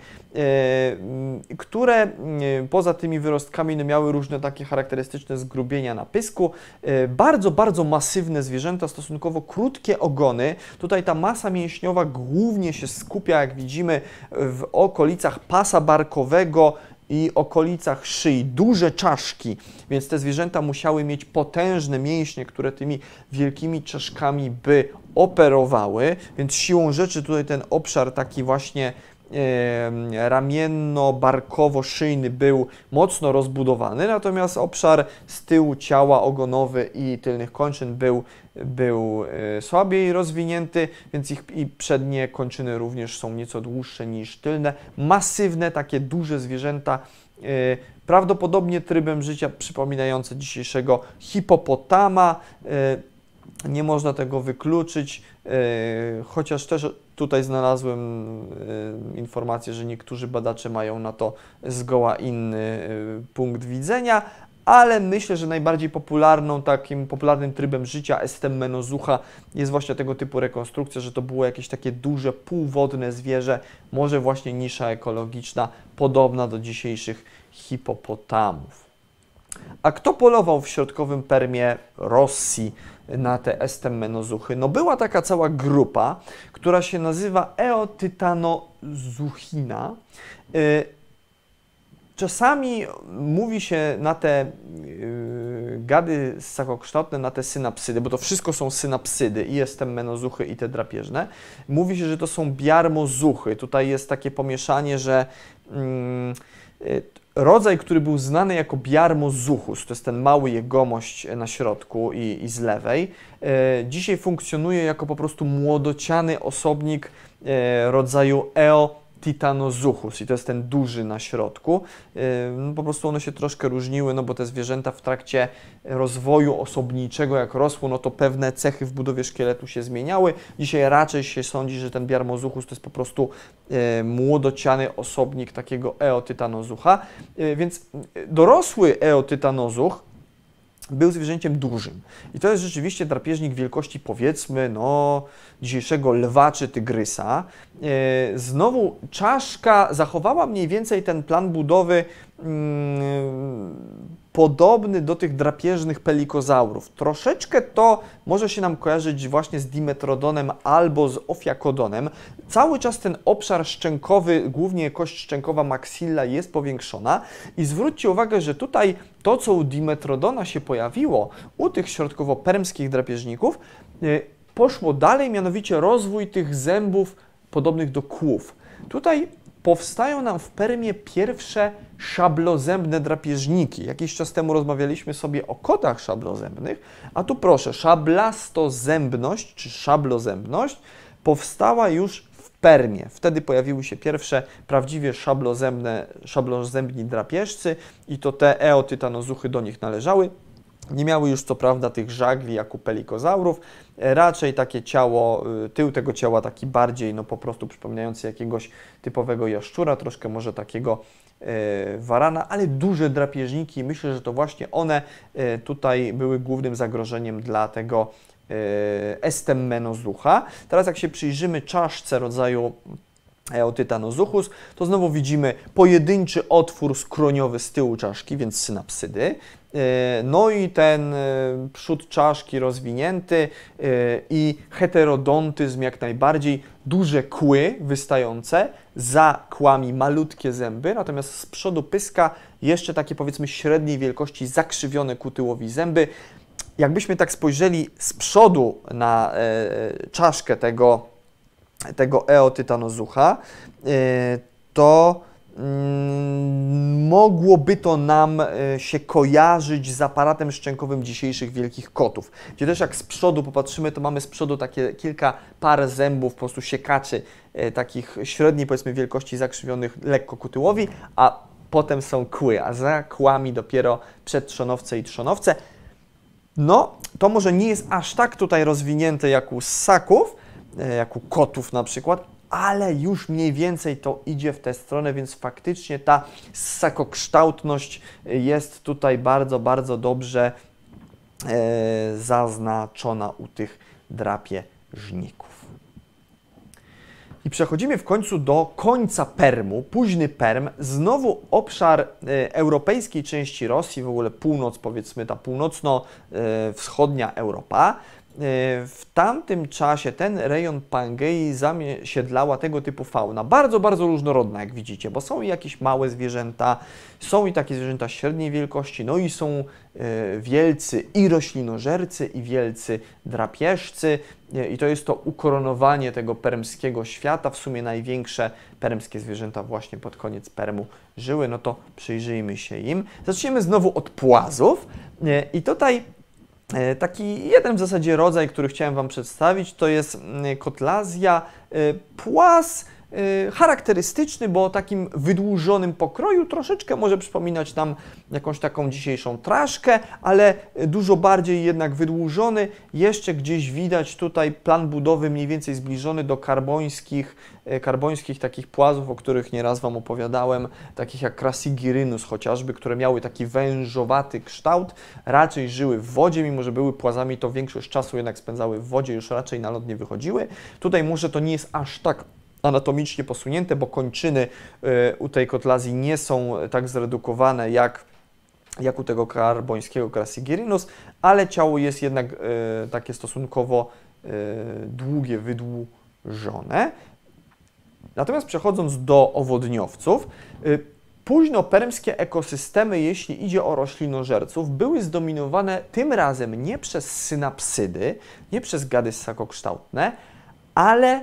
które poza tymi wyrostkami no, miały różne takie charakterystyczne zgrubienia na pysku. Bardzo, bardzo masywne zwierzęta, stosunkowo krótkie ogony. Tutaj ta masa mięśniowa głównie się skupia, jak widzimy, w okolicach pasa barkowego i okolicach szyi, duże czaszki, więc te zwierzęta musiały mieć potężne mięśnie, które tymi wielkimi czaszkami by operowały, więc siłą rzeczy tutaj ten obszar taki właśnie e, ramienno-barkowo-szyjny był mocno rozbudowany, natomiast obszar z tyłu ciała ogonowy i tylnych kończyn był, był e, słabiej rozwinięty, więc ich i przednie kończyny również są nieco dłuższe niż tylne. Masywne, takie duże zwierzęta, e, prawdopodobnie trybem życia przypominające dzisiejszego hipopotama. E, Nie można tego wykluczyć, chociaż też tutaj znalazłem informację, że niektórzy badacze mają na to zgoła inny punkt widzenia, ale myślę, że najbardziej popularną, takim popularnym trybem życia Estemmenozucha jest właśnie tego typu rekonstrukcja, że to było jakieś takie duże, półwodne zwierzę, może właśnie nisza ekologiczna, podobna do dzisiejszych hipopotamów. A kto polował w środkowym Permie Rosji na te Estemmenozuchy? No była taka cała grupa, która się nazywa Eotytanozuchina. Czasami mówi się na te gady ssakokształtne, na te synapsydy, bo to wszystko są synapsydy, i Estemmenozuchy, i te drapieżne. Mówi się, że to są biarmozuchy. Tutaj jest takie pomieszanie, że mm, rodzaj, który był znany jako Biarmozuchus, to jest ten mały jegomość na środku i, i z lewej, e, dzisiaj funkcjonuje jako po prostu młodociany osobnik e, rodzaju Eotytanozuchus i to jest ten duży na środku. E, no, po prostu one się troszkę różniły, no bo te zwierzęta w trakcie rozwoju osobniczego, jak rosło, no to pewne cechy w budowie szkieletu się zmieniały. Dzisiaj raczej się sądzi, że ten Biarmozuchus to jest po prostu e, młodociany osobnik takiego Eotytanozucha, e, więc dorosły Eotytanozuch był zwierzęciem dużym. I to jest rzeczywiście drapieżnik wielkości, powiedzmy, no, dzisiejszego lwa czy tygrysa. E, znowu czaszka zachowała mniej więcej ten plan budowy mm, podobny do tych drapieżnych pelikozaurów. Troszeczkę to może się nam kojarzyć właśnie z Dimetrodonem albo z Ofiakodonem. Cały czas ten obszar szczękowy, głównie kość szczękowa maxilla jest powiększona i zwróćcie uwagę, że tutaj to, co u Dimetrodona się pojawiło, u tych środkowo-permskich drapieżników, poszło dalej, mianowicie rozwój tych zębów podobnych do kłów. Tutaj powstają nam w Permie pierwsze szablozębne drapieżniki. Jakiś czas temu rozmawialiśmy sobie o kotach szablozębnych, a tu proszę, szablastozębność czy szablozębność powstała już w Permie. Wtedy pojawiły się pierwsze prawdziwie szablozębne, szablozębni drapieżcy i to te eotytanozuchy do nich należały. Nie miały już co prawda tych żagli jak u pelikozaurów, raczej takie ciało, tył tego ciała taki bardziej no po prostu przypominający jakiegoś typowego jaszczura, troszkę może takiego e, warana, ale duże drapieżniki. Myślę, że to właśnie one e, tutaj były głównym zagrożeniem dla tego e, Estemmenozucha. Teraz jak się przyjrzymy czaszce rodzaju Eotytanozuchus, to znowu widzimy pojedynczy otwór skroniowy z tyłu czaszki, więc synapsydy. No i ten przód czaszki rozwinięty i heterodontyzm jak najbardziej, duże kły wystające, za kłami malutkie zęby, natomiast z przodu pyska jeszcze takie powiedzmy średniej wielkości zakrzywione ku tyłowi zęby. Jakbyśmy tak spojrzeli z przodu na czaszkę tego tego Eotytanozucha, to mm, mogłoby to nam y, się kojarzyć z aparatem szczękowym dzisiejszych wielkich kotów. Gdzie też jak z przodu popatrzymy, to mamy z przodu takie kilka par zębów, po prostu siekaczy, y, takich średniej powiedzmy wielkości zakrzywionych lekko ku tyłowi, a potem są kły, a za kłami dopiero przedtrzonowce i trzonowce. No, to może nie jest aż tak tutaj rozwinięte jak u ssaków, jak u kotów na przykład, ale już mniej więcej to idzie w tę stronę, więc faktycznie ta ssakokształtność jest tutaj bardzo, bardzo dobrze e, zaznaczona u tych drapieżników. I przechodzimy w końcu do końca Permu, późny Perm, znowu obszar e, europejskiej części Rosji, w ogóle północ, powiedzmy ta północno-wschodnia Europa. W tamtym czasie ten rejon Pangei zasiedlała tego typu fauna, bardzo, bardzo różnorodna, jak widzicie, bo są i jakieś małe zwierzęta, są i takie zwierzęta średniej wielkości, no i są e, wielcy i roślinożercy, i wielcy drapieżcy, e, i to jest to ukoronowanie tego permskiego świata. W sumie największe permskie zwierzęta właśnie pod koniec Permu żyły, no to przyjrzyjmy się im. Zaczniemy znowu od płazów e, i tutaj taki jeden w zasadzie rodzaj, który chciałem Wam przedstawić, to jest kotlazja płaz charakterystyczny, bo o takim wydłużonym pokroju troszeczkę może przypominać nam jakąś taką dzisiejszą traszkę, ale dużo bardziej jednak wydłużony. Jeszcze gdzieś widać tutaj plan budowy mniej więcej zbliżony do karbońskich, karbońskich takich płazów, o których nieraz Wam opowiadałem, takich jak Crassigyrinus chociażby, które miały taki wężowaty kształt, raczej żyły w wodzie, mimo że były płazami, to większość czasu jednak spędzały w wodzie, już raczej na ląd nie wychodziły. Tutaj może to nie jest aż tak anatomicznie posunięte, bo kończyny u tej kotlazji nie są tak zredukowane jak, jak u tego karbońskiego Crassigyrinus, ale ciało jest jednak e, takie stosunkowo e, długie, wydłużone. Natomiast przechodząc do owodniowców, e, późnopermskie ekosystemy, jeśli idzie o roślinożerców, były zdominowane tym razem nie przez synapsydy, nie przez gady ssakokształtne, ale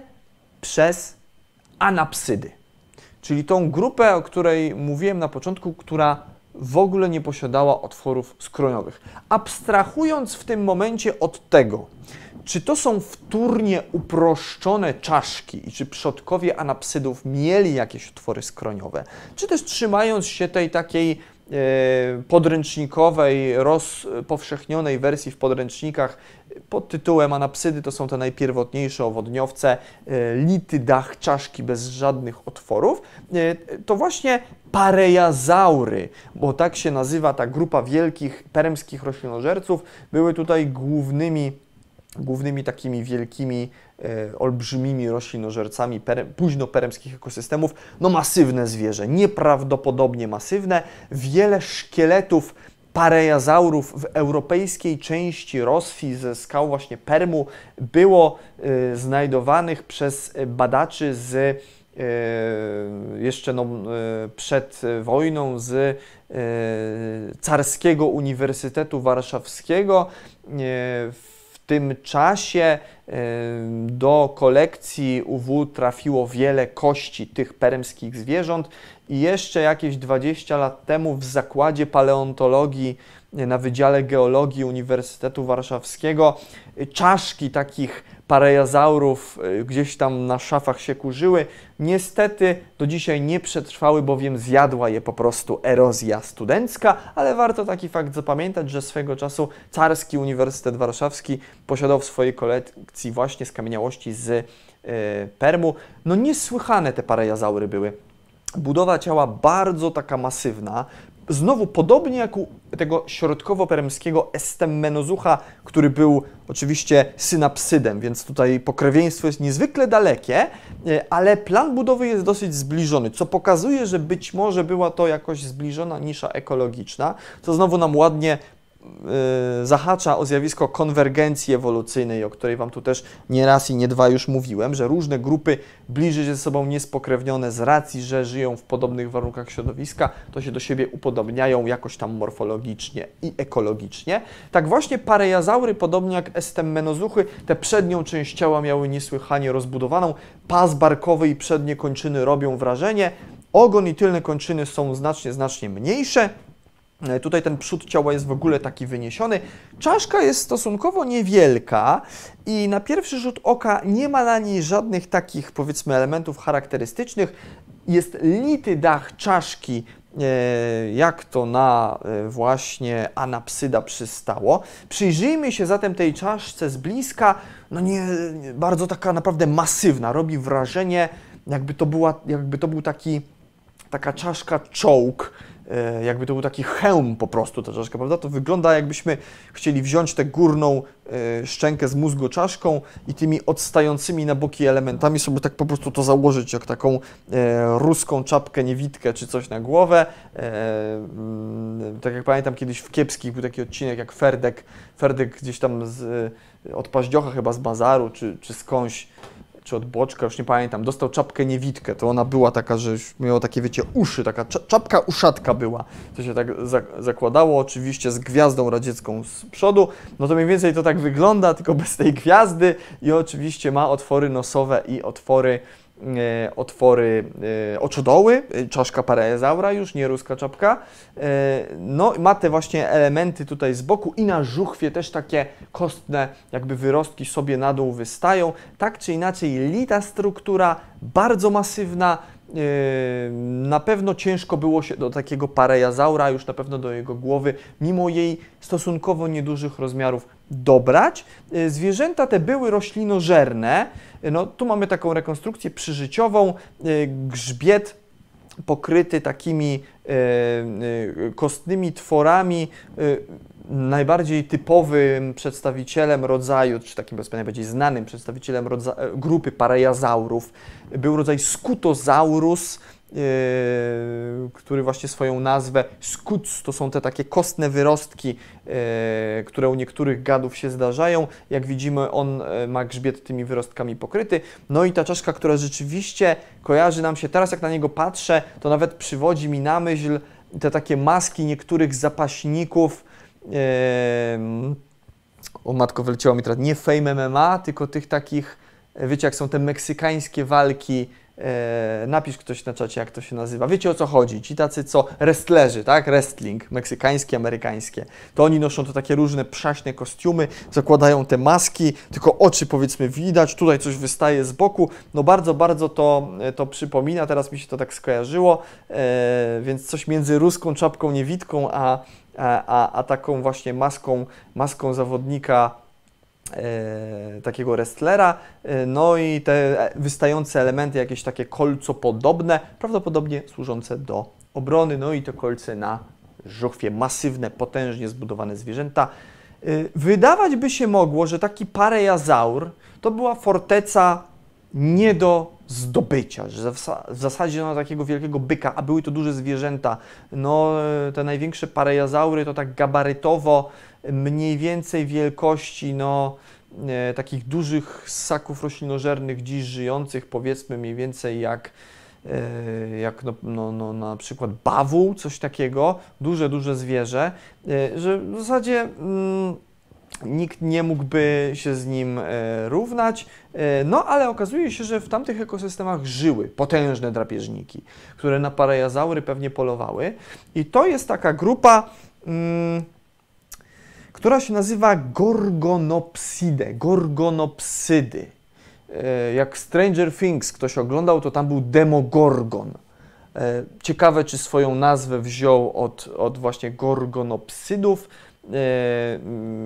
przez anapsydy, czyli tą grupę, o której mówiłem na początku, która w ogóle nie posiadała otworów skroniowych. Abstrahując w tym momencie od tego, czy to są wtórnie uproszczone czaszki i czy przodkowie anapsydów mieli jakieś otwory skroniowe, czy też trzymając się tej takiej e, podręcznikowej, rozpowszechnionej wersji w podręcznikach pod tytułem anapsydy, to są te najpierwotniejsze owodniowce, e, lity dach czaszki bez żadnych otworów, e, to właśnie pareiazaury, bo tak się nazywa ta grupa wielkich permskich roślinożerców, były tutaj głównymi głównymi takimi wielkimi, e, olbrzymimi roślinożercami per, późnopermskich ekosystemów. No masywne zwierzę, nieprawdopodobnie masywne. Wiele szkieletów pareiazaurów w europejskiej części Rosji ze skał właśnie Permu było e, znajdowanych przez badaczy z e, jeszcze no, e, przed wojną z e, Carskiego Uniwersytetu Warszawskiego. E, W tym czasie do kolekcji U W trafiło wiele kości tych permskich zwierząt i jeszcze jakieś dwadzieścia lat temu w Zakładzie Paleontologii na Wydziale Geologii Uniwersytetu Warszawskiego czaszki takich pareiazaurów gdzieś tam na szafach się kurzyły. Niestety do dzisiaj nie przetrwały, bowiem zjadła je po prostu erozja studencka, ale warto taki fakt zapamiętać, że swego czasu Carski Uniwersytet Warszawski posiadał w swojej kolekcji właśnie skamieniałości z y, Permu. No niesłychane te pareiazaury były. Budowa ciała bardzo taka masywna. Znowu, podobnie jak u tego środkowo-permskiego Estemmenozucha, który był oczywiście synapsydem, więc tutaj pokrewieństwo jest niezwykle dalekie, ale plan budowy jest dosyć zbliżony, co pokazuje, że być może była to jakoś zbliżona nisza ekologiczna, co znowu nam ładnie Yy, zahacza o zjawisko konwergencji ewolucyjnej, o której Wam tu też nie raz i nie dwa już mówiłem, że różne grupy bliżej ze sobą niespokrewnione z racji, że żyją w podobnych warunkach środowiska, to się do siebie upodobniają jakoś tam morfologicznie i ekologicznie. Tak właśnie pareiazaury, podobnie jak Estemmenozuchy, tę przednią część ciała miały niesłychanie rozbudowaną, pas barkowy i przednie kończyny robią wrażenie. Ogon i tylne kończyny są znacznie, znacznie mniejsze. Tutaj ten przód ciała jest w ogóle taki wyniesiony. Czaszka jest stosunkowo niewielka i na pierwszy rzut oka nie ma na niej żadnych takich, powiedzmy, elementów charakterystycznych. Jest lity dach czaszki, jak to na właśnie anapsyda przystało. Przyjrzyjmy się zatem tej czaszce z bliska. No nie, bardzo taka naprawdę masywna. Robi wrażenie, jakby to, była, jakby to był taki, taka czaszka czołg. Jakby to był taki hełm po prostu ta czaszka, prawda? To wygląda, jakbyśmy chcieli wziąć tę górną e, szczękę z mózgu czaszką i tymi odstającymi na boki elementami sobie tak po prostu to założyć, jak taką e, ruską czapkę, niewidkę czy coś na głowę. E, m, tak jak pamiętam, kiedyś w Kiepskich był taki odcinek, jak Ferdek, Ferdek gdzieś tam z, od Paździocha chyba z Bazaru, czy, czy skądś, czy od Boczka, już nie pamiętam, dostał czapkę niewidkę, to ona była taka, że już miała takie, wiecie, uszy, taka czapka uszatka była, to się tak zakładało, oczywiście z gwiazdą radziecką z przodu, no to mniej więcej to tak wygląda, tylko bez tej gwiazdy i oczywiście ma otwory nosowe i otwory, e, otwory e, oczodoły, czaszka paraezaura już, nie ruska czapka, e, no ma te właśnie elementy tutaj z boku i na żuchwie też takie kostne jakby wyrostki sobie na dół wystają, tak czy inaczej lita struktura, bardzo masywna, e, na pewno ciężko było się do takiego paraezaura, już na pewno do jego głowy, mimo jej stosunkowo niedużych rozmiarów dobrać. E, zwierzęta te były roślinożerne. No, tu mamy taką rekonstrukcję przyżyciową, grzbiet pokryty takimi e, e, kostnymi tworami. E, najbardziej typowym przedstawicielem rodzaju, czy takim najbardziej znanym przedstawicielem rodza, grupy paraezaurów był rodzaj Scutosaurus, e, który właśnie swoją nazwę scuts, to są te takie kostne wyrostki, e, które u niektórych gadów się zdarzają. Jak widzimy, on ma grzbiet tymi wyrostkami pokryty. No i ta czaszka, która rzeczywiście kojarzy nam się, teraz jak na niego patrzę, to nawet przywodzi mi na myśl te takie maski niektórych zapaśników. E, o matko, wyleciało mi teraz, nie Fame M M A, tylko tych takich, wiecie, jak są te meksykańskie walki. E, napisz ktoś na czacie, jak to się nazywa. Wiecie, o co chodzi? Ci tacy, co wrestlerzy, tak? Wrestling, meksykańskie, amerykańskie. To oni noszą to takie różne przaśne kostiumy, zakładają te maski, tylko oczy, powiedzmy, widać, tutaj coś wystaje z boku. No bardzo, bardzo to, to przypomina, teraz mi się to tak skojarzyło, e, więc coś między ruską czapką niewidką, a, a, a taką właśnie maską, maską zawodnika, E, takiego wrestlera, e, no i te wystające elementy, jakieś takie kolcopodobne, prawdopodobnie służące do obrony, no i to kolce na żuchwie, masywne, potężnie zbudowane zwierzęta. E, wydawać by się mogło, że taki paraezaur to była forteca nie do zdobycia, że w zasadzie no, takiego wielkiego byka, a były to duże zwierzęta, no te największe paraezaury to tak gabarytowo mniej więcej wielkości no, e, takich dużych ssaków roślinożernych dziś żyjących, powiedzmy mniej więcej jak, e, jak no, no, no, na przykład bawół, coś takiego, duże, duże zwierzę, e, że w zasadzie mm, nikt nie mógłby się z nim e, równać, e, no ale okazuje się, że w tamtych ekosystemach żyły potężne drapieżniki, które na paraezaury pewnie polowały i to jest taka grupa, mm, która się nazywa Gorgonopsidae, Gorgonopsydy. E, jak Stranger Things ktoś oglądał, to tam był Demogorgon. E, ciekawe, czy swoją nazwę wziął od, od właśnie Gorgonopsydów. E,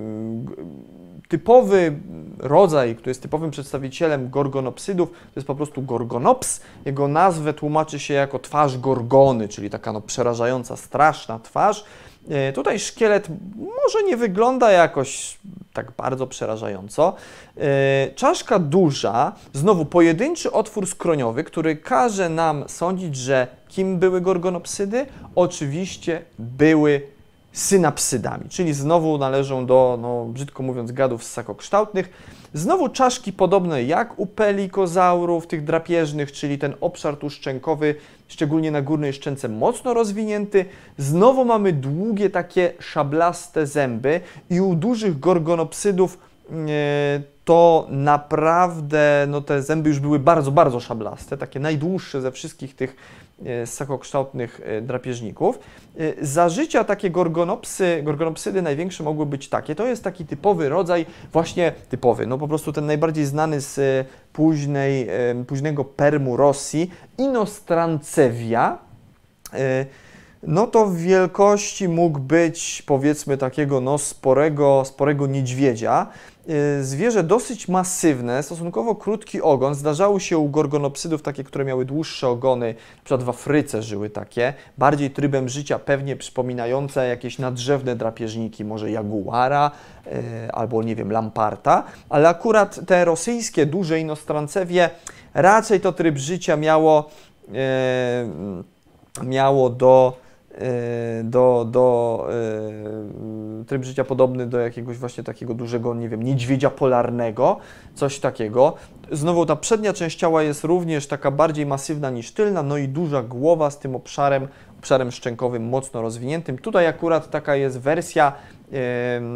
typowy rodzaj, który jest typowym przedstawicielem gorgonopsydów, to jest po prostu Gorgonops. Jego nazwę tłumaczy się jako twarz gorgony, czyli taka no, przerażająca, straszna twarz. E, tutaj szkielet może nie wygląda jakoś tak bardzo przerażająco. E, czaszka duża, znowu pojedynczy otwór skroniowy, który każe nam sądzić, że kim były gorgonopsydy? Oczywiście były synapsydami, czyli znowu należą do, no, brzydko mówiąc, gadów ssakokształtnych. Znowu czaszki podobne jak u pelikozaurów, tych drapieżnych, czyli ten obszar tłuszczenkowy, szczególnie na górnej szczęce, mocno rozwinięty. Znowu mamy długie, takie szablaste zęby i u dużych gorgonopsydów e, to naprawdę, no te zęby już były bardzo, bardzo szablaste, takie najdłuższe ze wszystkich tych ssakokształtnych drapieżników. Za życia takie gorgonopsy, gorgonopsydy największe mogły być takie. To jest taki typowy rodzaj, właśnie typowy, no po prostu ten najbardziej znany z późnej, późnego Permu Rosji, Inostrancevia. No to w wielkości mógł być, powiedzmy, takiego no sporego, sporego niedźwiedzia. Zwierzę dosyć masywne, stosunkowo krótki ogon. Zdarzały się u gorgonopsydów takie, które miały dłuższe ogony, na przykład w Afryce żyły takie, bardziej trybem życia pewnie przypominające jakieś nadrzewne drapieżniki, może jaguara e, albo, nie wiem, lamparta, ale akurat te rosyjskie duże Inostrancevie raczej to tryb życia miało, e, miało do do, do y, tryb życia podobny do jakiegoś właśnie takiego dużego, nie wiem, niedźwiedzia polarnego, coś takiego. Znowu ta przednia część ciała jest również taka bardziej masywna niż tylna, no i duża głowa z tym obszarem, obszarem szczękowym mocno rozwiniętym. Tutaj akurat taka jest wersja, y, y,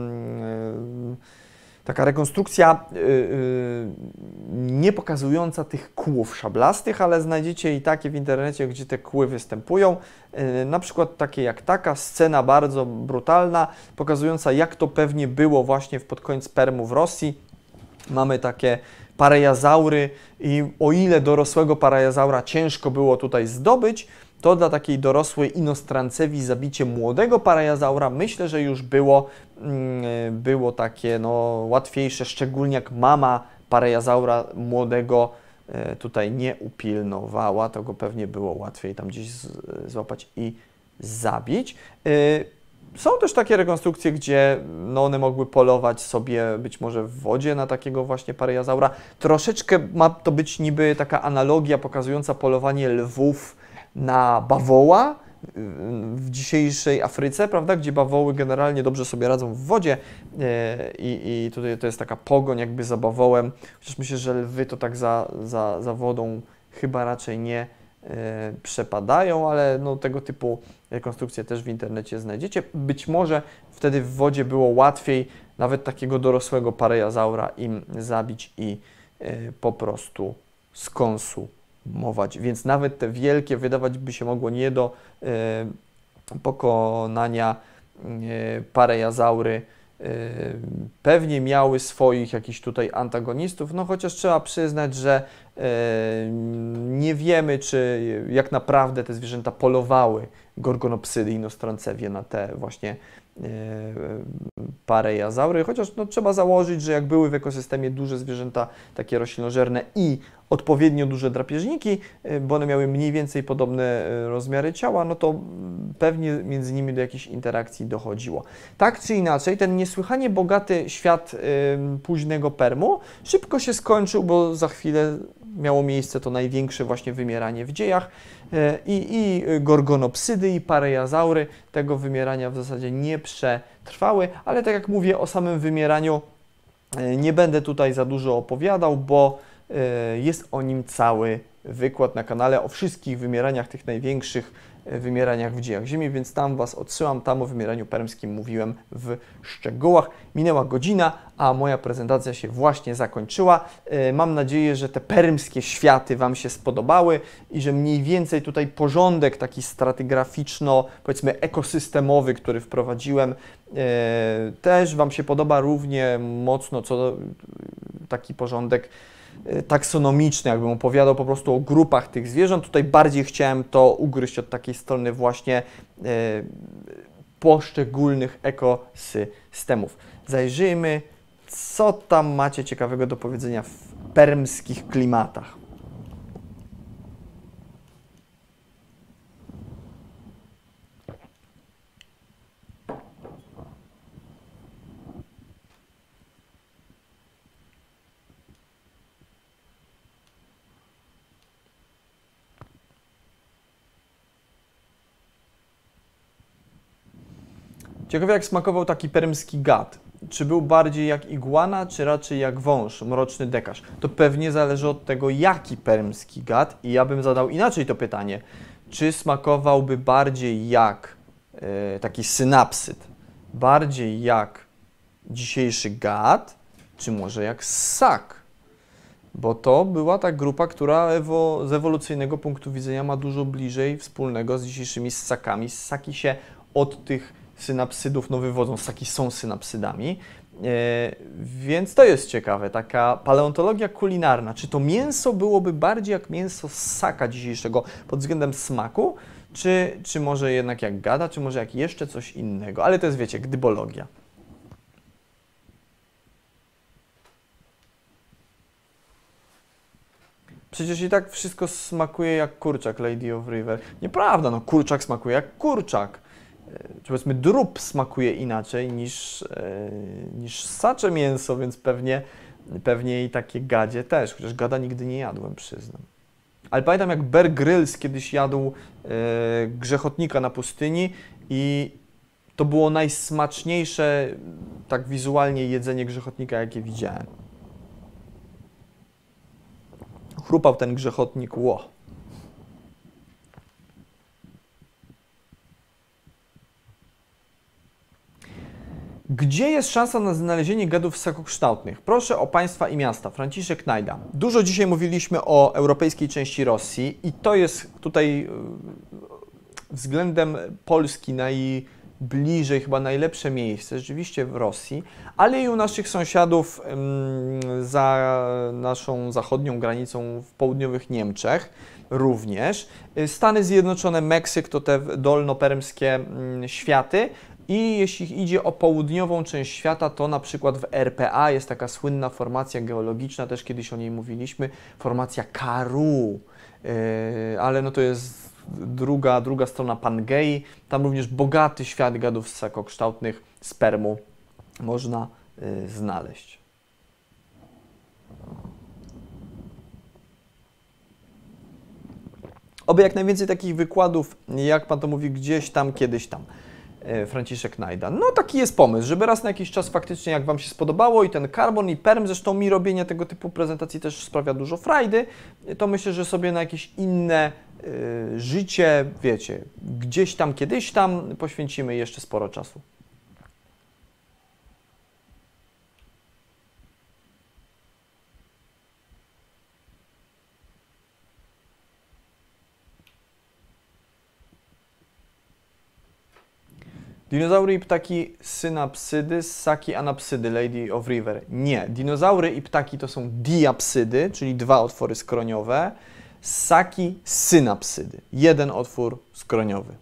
taka rekonstrukcja y, y, nie pokazująca tych kłów szablastych, ale znajdziecie i takie w internecie, gdzie te kły występują. Y, na przykład takie jak taka scena bardzo brutalna, pokazująca, jak to pewnie było właśnie pod koniec Permu w Rosji. Mamy takie parejazaury i o ile dorosłego parejazaura ciężko było tutaj zdobyć, to dla takiej dorosłej Inostrancevii zabicie młodego parejazaura myślę, że już było, było takie no, łatwiejsze, szczególnie jak mama parejazaura młodego tutaj nie upilnowała, to go pewnie było łatwiej tam gdzieś złapać i zabić. Są też takie rekonstrukcje, gdzie no, one mogły polować sobie być może w wodzie na takiego właśnie parejazaura. Troszeczkę ma to być niby taka analogia pokazująca polowanie lwów na bawoła w dzisiejszej Afryce, prawda, gdzie bawoły generalnie dobrze sobie radzą w wodzie i, i tutaj to jest taka pogoń jakby za bawołem, chociaż myślę, że lwy to tak za, za, za wodą chyba raczej nie e, przepadają, ale no, tego typu rekonstrukcje też w internecie znajdziecie. Być może wtedy w wodzie było łatwiej nawet takiego dorosłego parejazaura im zabić i e, po prostu skonsumować. Więc nawet te wielkie, wydawać by się mogło nie do e, pokonania e, parejazaury e, pewnie miały swoich jakichś tutaj antagonistów, no chociaż trzeba przyznać, że e, nie wiemy, czy jak naprawdę te zwierzęta polowały, gorgonopsydy, Inostrancevie, na te właśnie e, parejazaury, chociaż no, trzeba założyć, że jak były w ekosystemie duże zwierzęta, takie roślinożerne i odpowiednio duże drapieżniki, bo one miały mniej więcej podobne rozmiary ciała, no to pewnie między nimi do jakichś interakcji dochodziło. Tak czy inaczej, ten niesłychanie bogaty świat y, późnego Permu szybko się skończył, bo za chwilę miało miejsce to największe właśnie wymieranie w dziejach y, i gorgonopsydy i parejazaury tego wymierania w zasadzie nie przetrwały, ale tak jak mówię, o samym wymieraniu y, nie będę tutaj za dużo opowiadał, bo jest o nim cały wykład na kanale o wszystkich wymieraniach, tych największych wymieraniach w dziejach Ziemi, więc tam Was odsyłam, tam o wymieraniu permskim mówiłem w szczegółach. Minęła godzina, a moja prezentacja się właśnie zakończyła. Mam nadzieję, że te permskie światy Wam się spodobały i że mniej więcej tutaj porządek taki stratygraficzno, powiedzmy ekosystemowy, który wprowadziłem, też Wam się podoba równie mocno, co taki porządek taksonomiczny, jakbym opowiadał po prostu o grupach tych zwierząt. Tutaj bardziej chciałem to ugryźć od takiej strony właśnie e, poszczególnych ekosystemów. Zajrzyjmy, co tam macie ciekawego do powiedzenia w permskich klimatach. Ciekawe, jak smakował taki permski gad. Czy był bardziej jak iguana, czy raczej jak wąż, mroczny dekarz? To pewnie zależy od tego, jaki permski gad. I ja bym zadał inaczej to pytanie. Czy smakowałby bardziej jak e, taki synapsyd, bardziej jak dzisiejszy gad, czy może jak ssak? bo to była ta grupa, która ewo, z ewolucyjnego punktu widzenia ma dużo bliżej wspólnego z dzisiejszymi ssakami. Ssaki się od tych synapsydów no, wywodzą, ssaki są synapsydami, e, więc to jest ciekawe, taka paleontologia kulinarna. Czy to mięso byłoby bardziej jak mięso ssaka dzisiejszego pod względem smaku, czy, czy może jednak jak gada, czy może jak jeszcze coś innego, ale to jest, wiecie, gdybologia. Przecież i tak wszystko smakuje jak kurczak, Lady of River. Nieprawda, no kurczak smakuje jak kurczak. Czy powiedzmy drób smakuje inaczej niż, e, niż ssacze mięso, więc pewnie, pewnie i takie gadzie też, chociaż gada nigdy nie jadłem, przyznam. Ale pamiętam jak Bear Grylls kiedyś jadł e, grzechotnika na pustyni i to było najsmaczniejsze tak wizualnie jedzenie grzechotnika, jakie widziałem. Chrupał ten grzechotnik, ło. Gdzie jest szansa na znalezienie gadów ssakokształtnych? Proszę o państwa i miasta. Franciszek Najda. Dużo dzisiaj mówiliśmy o europejskiej części Rosji i to jest tutaj względem Polski najbliżej, chyba najlepsze miejsce, rzeczywiście w Rosji, ale i u naszych sąsiadów za naszą zachodnią granicą w południowych Niemczech również. Stany Zjednoczone, Meksyk to te dolnopermskie światy. I jeśli idzie o południową część świata, to na przykład w R P A jest taka słynna formacja geologiczna, też kiedyś o niej mówiliśmy, formacja Karoo, yy, ale no to jest druga, druga strona Pangei, tam również bogaty świat gadów ssakokształtnych, spermu można yy, znaleźć. Oby jak najwięcej takich wykładów, jak pan to mówi, gdzieś tam, kiedyś tam. Franciszek Najda. No taki jest pomysł, żeby raz na jakiś czas faktycznie, jak Wam się spodobało i ten Carbon i Perm, zresztą mi robienie tego typu prezentacji też sprawia dużo frajdy, to myślę, że sobie na jakieś inne y, życie, wiecie, gdzieś tam, kiedyś tam poświęcimy jeszcze sporo czasu. Dinozaury i ptaki synapsydy, ssaki anapsydy, Lady of River. Nie. Dinozaury i ptaki to są diapsydy, czyli dwa otwory skroniowe. Ssaki synapsydy, jeden otwór skroniowy.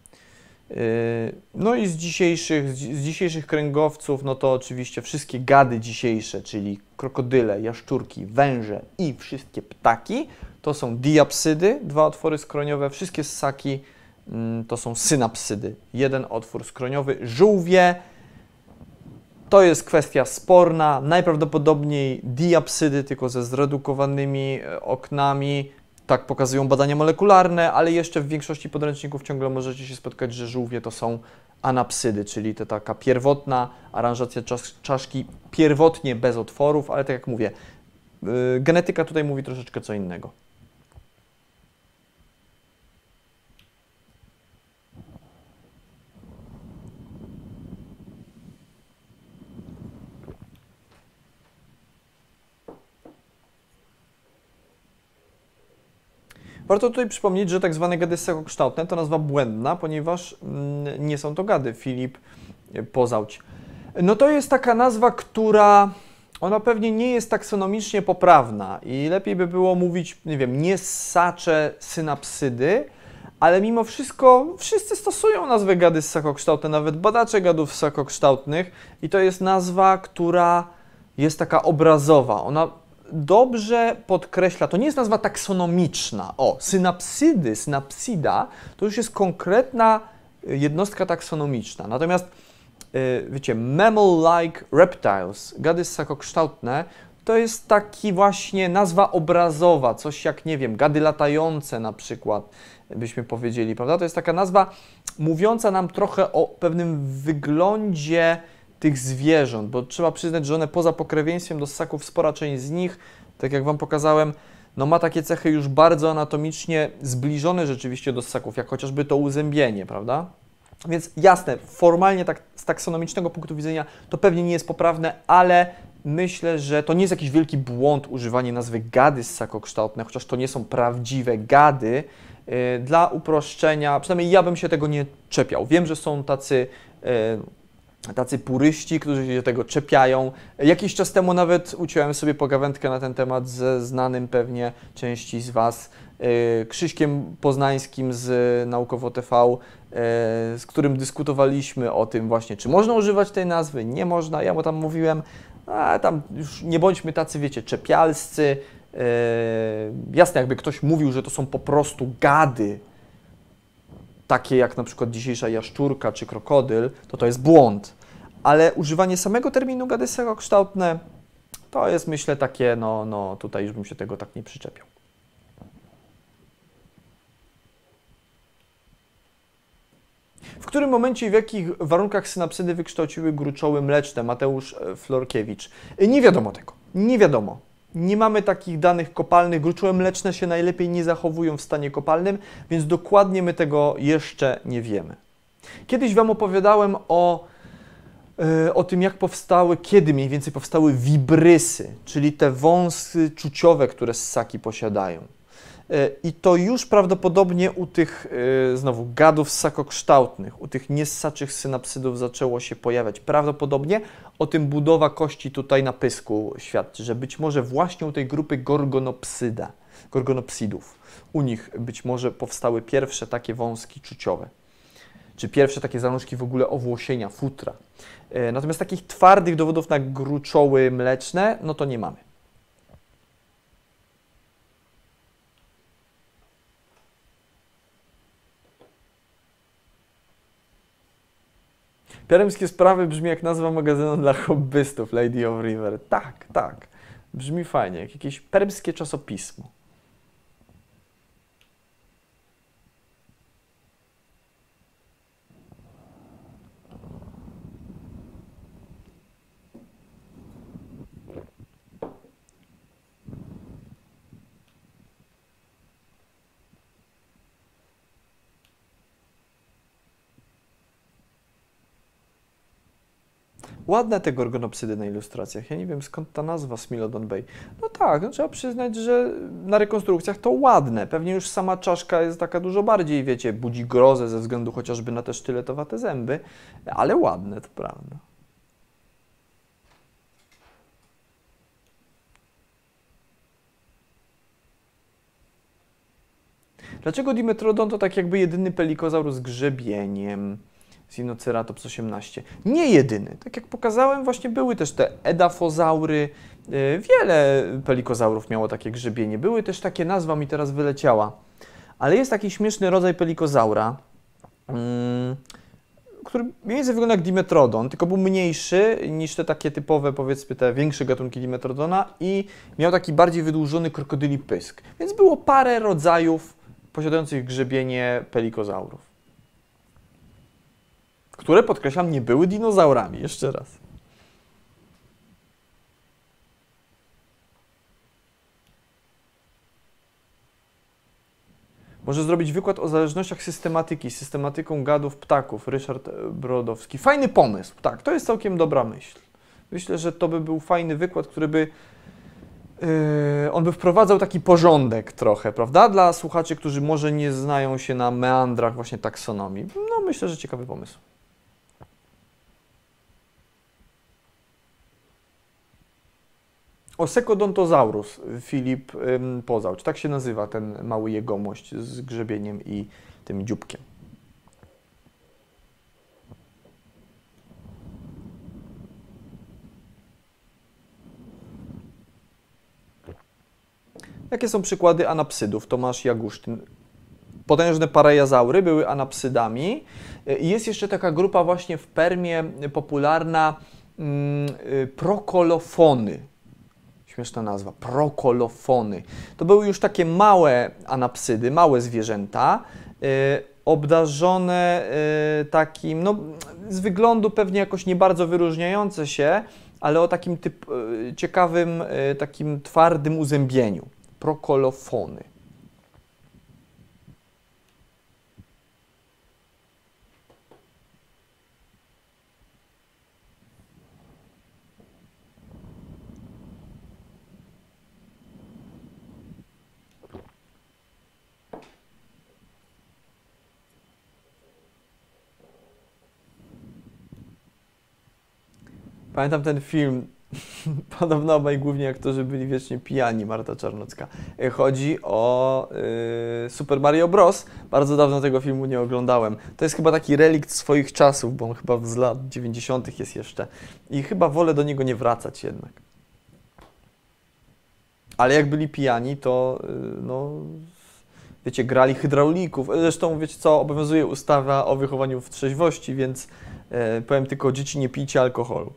No i z dzisiejszych, z dzisiejszych kręgowców, no to oczywiście wszystkie gady dzisiejsze, czyli krokodyle, jaszczurki, węże i wszystkie ptaki, to są diapsydy, dwa otwory skroniowe, wszystkie ssaki to są synapsydy, jeden otwór skroniowy. Żółwie to jest kwestia sporna, najprawdopodobniej diapsydy, tylko ze zredukowanymi oknami, tak pokazują badania molekularne, ale jeszcze w większości podręczników ciągle możecie się spotkać, że żółwie to są anapsydy, czyli to taka pierwotna aranżacja czas czaszki, pierwotnie bez otworów, ale tak jak mówię, yy, genetyka tutaj mówi troszeczkę co innego. Warto tutaj przypomnieć, że tak zwane gady ssakokształtne to nazwa błędna, ponieważ mm, nie są to gady. Filip Pozauć. No to jest taka nazwa, która ona pewnie nie jest taksonomicznie poprawna i lepiej by było mówić, nie wiem, nie ssacze synapsydy, ale mimo wszystko wszyscy stosują nazwę gady ssakokształtne, nawet badacze gadów ssakokształtnych i to jest nazwa, która jest taka obrazowa. Ona dobrze podkreśla, to nie jest nazwa taksonomiczna. O, synapsydy, synapsida to już jest konkretna jednostka taksonomiczna. Natomiast, wiecie, mammal-like reptiles, gady ssakokształtne, to jest taki właśnie nazwa obrazowa, coś jak, nie wiem, gady latające na przykład, byśmy powiedzieli, prawda? To jest taka nazwa mówiąca nam trochę o pewnym wyglądzie tych zwierząt, bo trzeba przyznać, że one poza pokrewieństwem do ssaków, spora część z nich, tak jak Wam pokazałem, no ma takie cechy już bardzo anatomicznie zbliżone rzeczywiście do ssaków, jak chociażby to uzębienie, prawda? Więc jasne, formalnie tak z taksonomicznego punktu widzenia to pewnie nie jest poprawne, ale myślę, że to nie jest jakiś wielki błąd używanie nazwy gady ssakokształtne, chociaż to nie są prawdziwe gady. Yy, dla uproszczenia, przynajmniej ja bym się tego nie czepiał. Wiem, że są tacy, yy, tacy puryści, którzy się tego czepiają. Jakiś czas temu nawet uciąłem sobie pogawędkę na ten temat ze znanym pewnie części z Was yy, Krzyśkiem Poznańskim z Naukowo T V, yy, z którym dyskutowaliśmy o tym właśnie, czy można używać tej nazwy, nie można. Ja mu tam mówiłem, a tam już nie bądźmy tacy, wiecie, czepialscy. Yy, jasne, jakby ktoś mówił, że to są po prostu gady, takie jak na przykład dzisiejsza jaszczurka czy krokodyl, to to jest błąd. Ale używanie samego terminu gady ssakokształtne to jest, myślę, takie, no, no tutaj już bym się tego tak nie przyczepiał. W którym momencie i w jakich warunkach synapsydy wykształciły gruczoły mleczne? Mateusz Florkiewicz. Nie wiadomo tego. Nie wiadomo. Nie mamy takich danych kopalnych. Gruczoły mleczne się najlepiej nie zachowują w stanie kopalnym, więc dokładnie my tego jeszcze nie wiemy. Kiedyś Wam opowiadałem o, yy, o tym, jak powstały, kiedy mniej więcej powstały wibrysy, czyli te wąsy czuciowe, które ssaki posiadają. I to już prawdopodobnie u tych, znowu, gadów ssakokształtnych, u tych niessaczych synapsydów zaczęło się pojawiać. Prawdopodobnie o tym budowa kości tutaj na pysku świadczy, że być może właśnie u tej grupy gorgonopsyda, gorgonopsidów, u nich być może powstały pierwsze takie wąski czuciowe, czy pierwsze takie zalążki w ogóle owłosienia, futra. Natomiast takich twardych dowodów na gruczoły mleczne, no to nie mamy. Peremskie sprawy brzmi jak nazwa magazynu dla hobbystów, Lady of River. Tak, tak. Brzmi fajnie, jak jakieś peremskie czasopismo. Ładne te gorgonopsydy na ilustracjach. Ja nie wiem, skąd ta nazwa Smilodon Bay. No tak, no trzeba przyznać, że na rekonstrukcjach to ładne. Pewnie już sama czaszka jest taka dużo bardziej, wiecie, budzi grozę ze względu chociażby na te sztyletowate zęby, ale ładne, to prawda. Dlaczego Dimetrodon to tak jakby jedyny pelikozaur z grzebieniem? Sinoceratops osiemnaście. Nie jedyny. Tak jak pokazałem, właśnie były też te edafozaury. Wiele pelikozaurów miało takie grzebienie. Były też takie, nazwa mi teraz wyleciała. Ale jest taki śmieszny rodzaj pelikozaura, hmm, który mniej więcej wygląda jak Dimetrodon, tylko był mniejszy niż te takie typowe, powiedzmy, te większe gatunki Dimetrodona i miał taki bardziej wydłużony krokodyli pysk. Więc było parę rodzajów posiadających grzebienie pelikozaurów, które, podkreślam, nie były dinozaurami. Jeszcze raz. Może zrobić wykład o zależnościach systematyki, systematyką gadów ptaków, Ryszard Brodowski. Fajny pomysł, tak, to jest całkiem dobra myśl. Myślę, że to by był fajny wykład, który by, yy, on by wprowadzał taki porządek trochę, prawda, dla słuchaczy, którzy może nie znają się na meandrach właśnie taksonomii. No, myślę, że ciekawy pomysł. Osekodontosaurus, Filip ym, Pozałcz, tak się nazywa ten mały jegomość z grzebieniem i tym dzióbkiem. Jakie są przykłady anapsydów? Tomasz Jagusztyn. Potężne parejazaury były anapsydami. I jest jeszcze taka grupa właśnie w Permie popularna, mm, prokolofony. Śmieszna nazwa, prokolofony. To były już takie małe anapsydy, małe zwierzęta, yy, obdarzone yy, takim, no z wyglądu pewnie jakoś nie bardzo wyróżniające się, ale o takim typ, yy, ciekawym, yy, takim twardym uzębieniu. Prokolofony. Pamiętam ten film, podobno obaj główni aktorzy byli wiecznie pijani, Marta Czarnocka. Chodzi o y, Super Mario Bros. Bardzo dawno tego filmu nie oglądałem. To jest chyba taki relikt swoich czasów, bo on chyba z lat dziewięćdziesiątych jest jeszcze. I chyba wolę do niego nie wracać jednak. Ale jak byli pijani, to y, no... Wiecie, grali hydraulików. Zresztą, wiecie co, obowiązuje ustawa o wychowaniu w trzeźwości, więc e, powiem tylko, dzieci, nie pijcie alkoholu.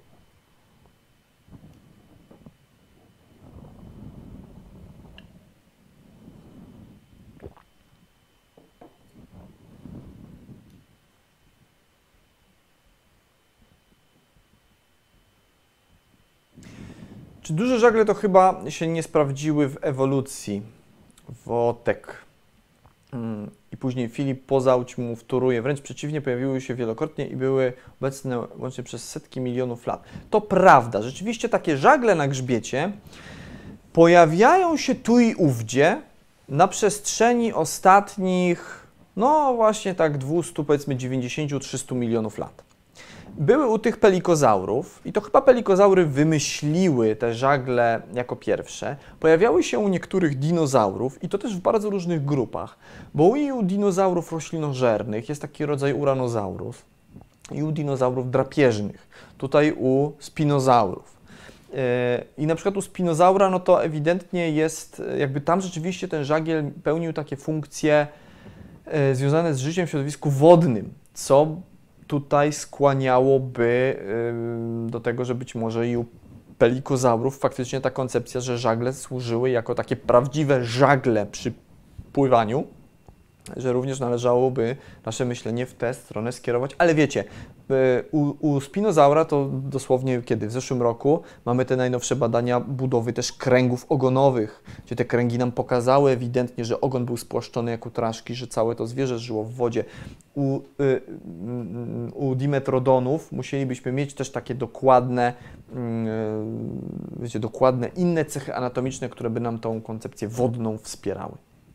Czy duże żagle to chyba się nie sprawdziły w ewolucji? Wotek. I później Filip Pozauć mu wtóruje. Wręcz przeciwnie, pojawiły się wielokrotnie i były obecne łącznie przez setki milionów lat. To prawda, rzeczywiście takie żagle na grzbiecie pojawiają się tu i ówdzie na przestrzeni ostatnich, no właśnie tak dwieście, powiedzmy dziewięćdziesiąt do trzystu milionów lat. Były u tych pelikozaurów i to chyba pelikozaury wymyśliły te żagle jako pierwsze. Pojawiały się u niektórych dinozaurów i to też w bardzo różnych grupach, bo i u dinozaurów roślinożernych jest taki rodzaj uranozaurów i u dinozaurów drapieżnych, tutaj u spinozaurów. I na przykład u spinozaura, no to ewidentnie jest, jakby tam rzeczywiście ten żagiel pełnił takie funkcje związane z życiem w środowisku wodnym, co tutaj skłaniałoby do tego, że być może i u pelikozaurów faktycznie ta koncepcja, że żagle służyły jako takie prawdziwe żagle przy pływaniu, że również należałoby nasze myślenie w tę stronę skierować. Ale wiecie, u, u spinozaura to dosłownie kiedy? W zeszłym roku mamy te najnowsze badania budowy też kręgów ogonowych, gdzie te kręgi nam pokazały ewidentnie, że ogon był spłaszczony jak u traszki, że całe to zwierzę żyło w wodzie. U, y, u dimetrodonów musielibyśmy mieć też takie dokładne, y, wiecie, dokładne inne cechy anatomiczne, które by nam tą koncepcję wodną wspierały.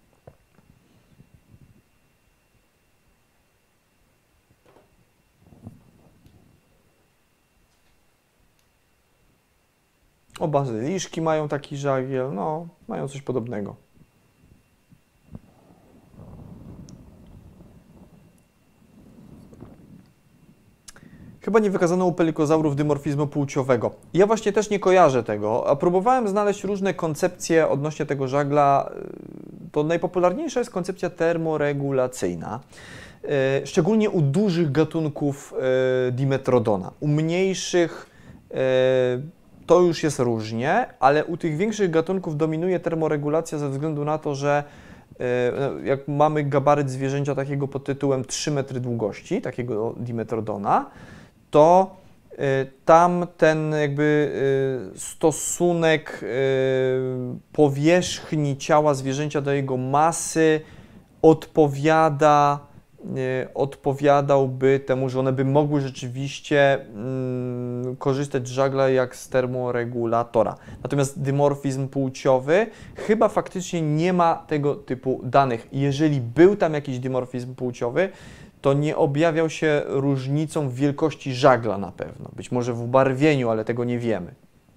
O, bazyliszki mają taki żagiel, no, mają coś podobnego. Chyba nie wykazano u pelikozaurów dymorfizmu płciowego. Ja właśnie też nie kojarzę tego, a próbowałem znaleźć różne koncepcje odnośnie tego żagla. To najpopularniejsza jest koncepcja termoregulacyjna, szczególnie u dużych gatunków dimetrodona. U mniejszych to już jest różnie, ale u tych większych gatunków dominuje termoregulacja ze względu na to, że jak mamy gabaryt zwierzęcia takiego pod tytułem trzy metry długości, takiego dimetrodona, to tam ten jakby stosunek powierzchni ciała zwierzęcia do jego masy odpowiada odpowiadałby temu, że one by mogły rzeczywiście mm, korzystać z żagla jak z termoregulatora. Natomiast dymorfizm płciowy chyba faktycznie nie ma tego typu danych. Jeżeli był tam jakiś dymorfizm płciowy, to nie objawiał się różnicą w wielkości żagla na pewno. Być może w ubarwieniu, ale tego nie wiemy.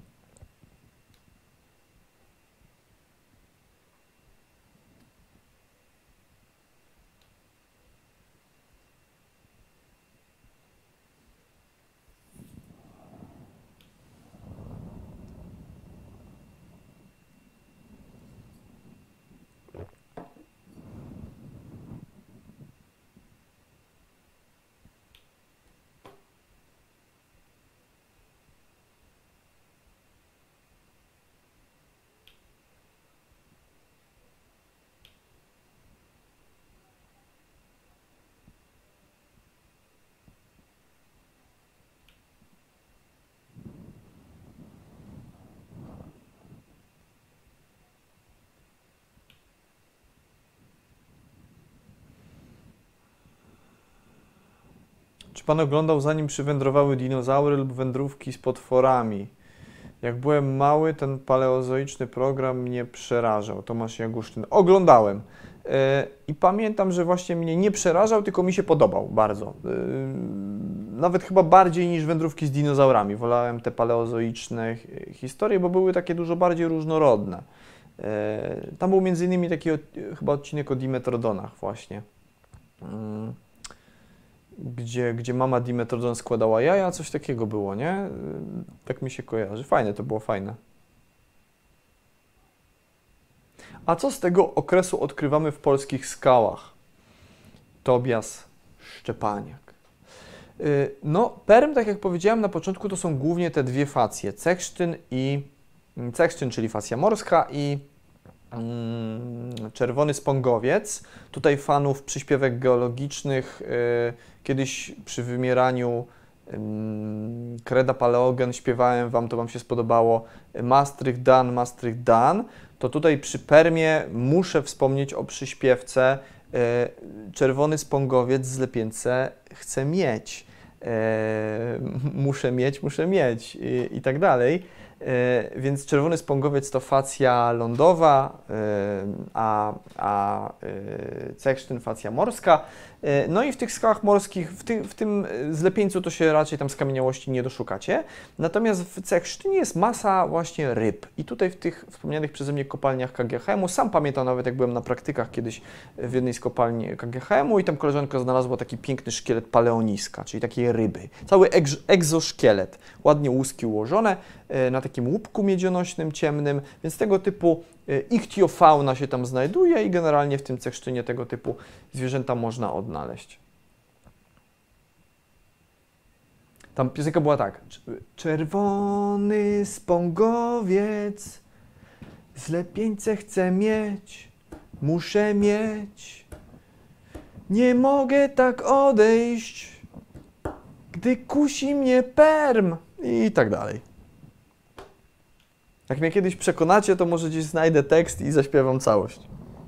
Czy Pan oglądał, zanim przywędrowały dinozaury lub wędrówki z potworami? Jak byłem mały, ten paleozoiczny program mnie przerażał. Tomasz Jaguszczyn. Oglądałem. Yy, I pamiętam, że właśnie mnie nie przerażał, tylko mi się podobał bardzo. Yy, nawet chyba bardziej niż wędrówki z dinozaurami. Wolałem te paleozoiczne historie, bo były takie dużo bardziej różnorodne. Tam był między innymi taki od, chyba odcinek o Dimetrodonach właśnie, gdzie, gdzie mama Dimetrodon składała jaja, coś takiego było, nie? Tak mi się kojarzy. Fajne to było, fajne. A co z tego okresu odkrywamy w polskich skałach? Tobias Szczepaniak. No, Perm, tak jak powiedziałem na początku, to są głównie te dwie facje, Cechsztyn i Cechsztyn, czyli facja morska, i mm, Czerwony Spągowiec. Tutaj fanów przyśpiewek geologicznych y, kiedyś przy wymieraniu y, Kreda Paleogen śpiewałem wam, to wam się spodobało, Maastricht Dan, Maastricht Dan. To tutaj przy Permie muszę wspomnieć o przyśpiewce y, Czerwony Spągowiec z Lepięce chcę mieć. E, muszę mieć, muszę mieć i, i tak dalej. E, więc Czerwony Spągowiec to facja lądowa, e, a, a e, Cechsztyn facja morska. E, no i w tych skałach morskich, w, ty, w tym zlepieńcu to się raczej tam skamieniałości nie doszukacie. Natomiast w Cechsztynie jest masa właśnie ryb. I tutaj w tych wspomnianych przeze mnie kopalniach K G H M-u, sam pamiętam nawet jak byłem na praktykach kiedyś w jednej z kopalni K G H M-u i tam koleżanka znalazła taki piękny szkielet paleoniska, czyli takiej ryby. Cały egz egzoszkielet, ładnie łuski ułożone e, na takim łupku miedzionośnym, ciemnym, więc tego typu e, ichtiofauna się tam znajduje i generalnie w tym Cechsztynie tego typu zwierzęta można odnaleźć. Tam piosenka była tak. Czerwony spągowiec, z Lepieńce chcę mieć, muszę mieć, nie mogę tak odejść, gdy kusi mnie Perm i tak dalej. Jak mnie kiedyś przekonacie, to może gdzieś znajdę tekst i zaśpiewam całość.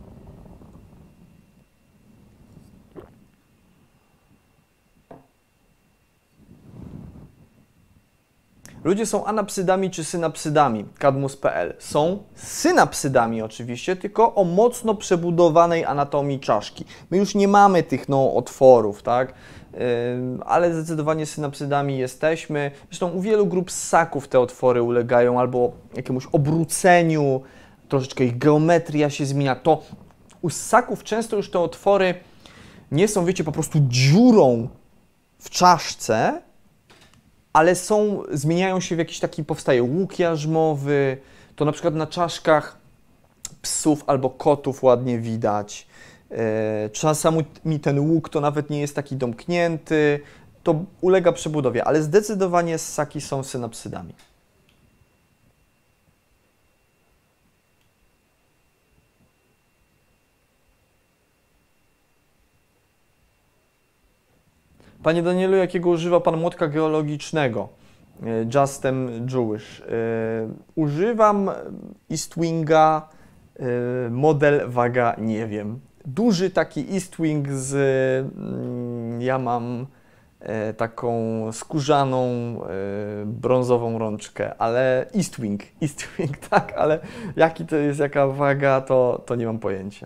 Ludzie są anapsydami czy synapsydami? Kadmus kropka p l. Są synapsydami oczywiście, tylko o mocno przebudowanej anatomii czaszki. My już nie mamy tych no, otworów, tak? Yy, ale zdecydowanie synapsydami jesteśmy. Zresztą u wielu grup ssaków te otwory ulegają albo jakiemuś obróceniu, troszeczkę ich geometria się zmienia. To u ssaków często już te otwory nie są, wiecie, po prostu dziurą w czaszce, ale są, zmieniają się w jakiś taki, powstaje łuk jarzmowy, to na przykład na czaszkach psów albo kotów ładnie widać. E, czasami ten łuk to nawet nie jest taki domknięty, to ulega przebudowie, ale zdecydowanie ssaki są synapsydami. Panie Danielu, jakiego używa Pan młotka geologicznego? Justem Jewish. Yy, używam Eastwinga, yy, model, waga, nie wiem. Duży taki Eastwing z... Yy, ja mam yy, taką skórzaną, yy, brązową rączkę, ale Eastwing, Eastwing, tak, ale jaki to jest, jaka waga, to, to nie mam pojęcia.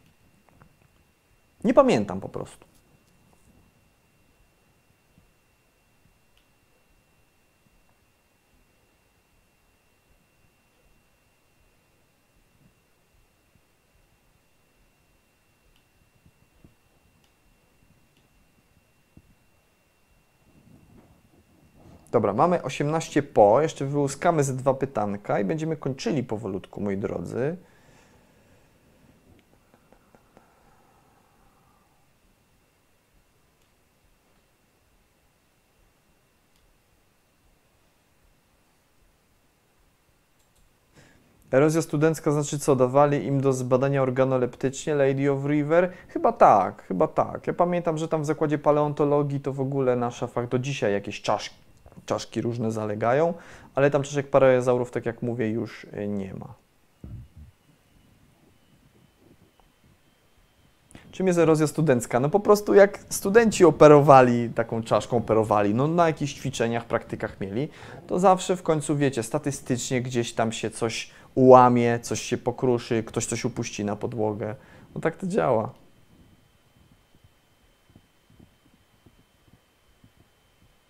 Nie pamiętam po prostu. Dobra, mamy osiemnaście po, jeszcze wyłuskamy ze dwa pytanka i będziemy kończyli powolutku, moi drodzy. Erozja studencka znaczy co? Dawali im do zbadania organoleptycznie Lady of River? Chyba tak, chyba tak. Ja pamiętam, że tam w zakładzie paleontologii to w ogóle na szafach do dzisiaj jakieś czaszki, czaszki różne zalegają, ale tam czaszek parazaurów, tak jak mówię, już nie ma. Czym jest erozja studencka? No po prostu jak studenci operowali, taką czaszką operowali, no na jakichś ćwiczeniach, praktykach mieli, to zawsze w końcu, wiecie, statystycznie gdzieś tam się coś ułamie, coś się pokruszy, ktoś coś upuści na podłogę. No tak to działa.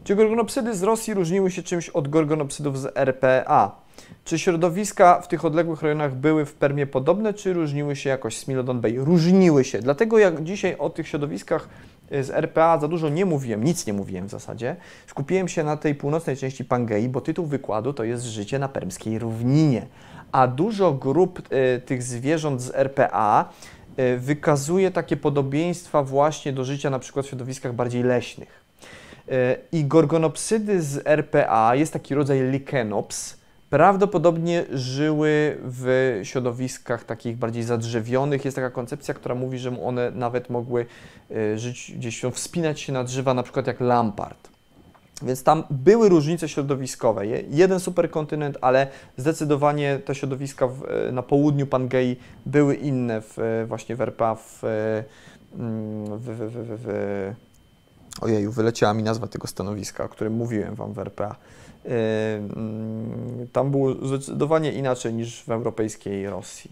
Czy gorgonopsydy z Rosji różniły się czymś od gorgonopsydów z R P A? Czy środowiska w tych odległych rejonach były w Permie podobne, czy różniły się jakoś Smilodon Bay? Różniły się, dlatego jak dzisiaj o tych środowiskach z R P A za dużo nie mówiłem, nic nie mówiłem w zasadzie. Skupiłem się na tej północnej części Pangei, bo tytuł wykładu to jest Życie na permskiej równinie. A dużo grup y, tych zwierząt z R P A y, wykazuje takie podobieństwa właśnie do życia na przykład w środowiskach bardziej leśnych. Y, I gorgonopsydy z R P A, jest taki rodzaj Licenops, prawdopodobnie żyły w środowiskach takich bardziej zadrzewionych. Jest taka koncepcja, która mówi, że one nawet mogły y, żyć gdzieś, wspinać się na drzewa, na przykład jak lampart. Więc tam były różnice środowiskowe. Jeden superkontynent, ale zdecydowanie te środowiska w, na południu Pangei były inne w, właśnie w R P A. W, w, w, w, w, ojeju, wyleciała mi nazwa tego stanowiska, o którym mówiłem Wam w R P A. Tam było zdecydowanie inaczej niż w europejskiej Rosji.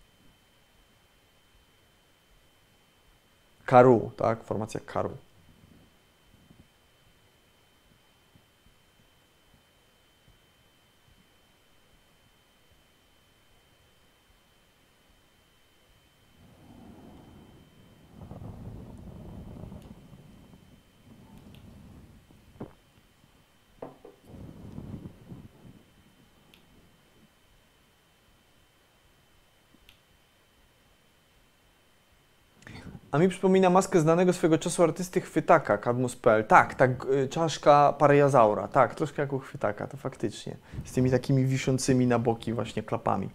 Karoo, tak? Formacja Karoo. A mi przypomina maskę znanego swego czasu artysty Chwytaka, Cadmus kropka p l. Tak, tak, czaszka pareazaura, tak, troszkę jak u Chwytaka, to faktycznie. Z tymi takimi wiszącymi na boki właśnie klapami.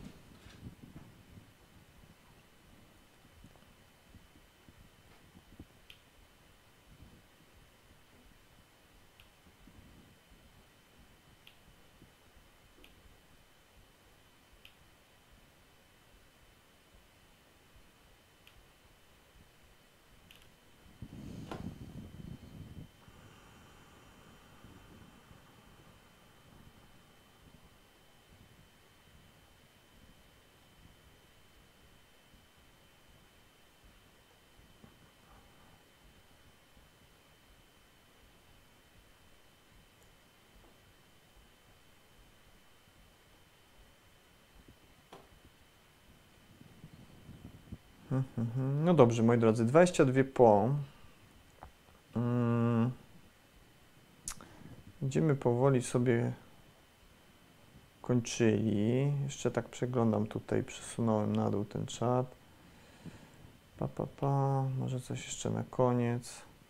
No dobrze, moi drodzy, dwadzieścia dwa po. Hmm. Będziemy powoli sobie kończyli. Jeszcze tak przeglądam tutaj, przesunąłem na dół ten czat. Pa, pa, pa. Może coś jeszcze na koniec.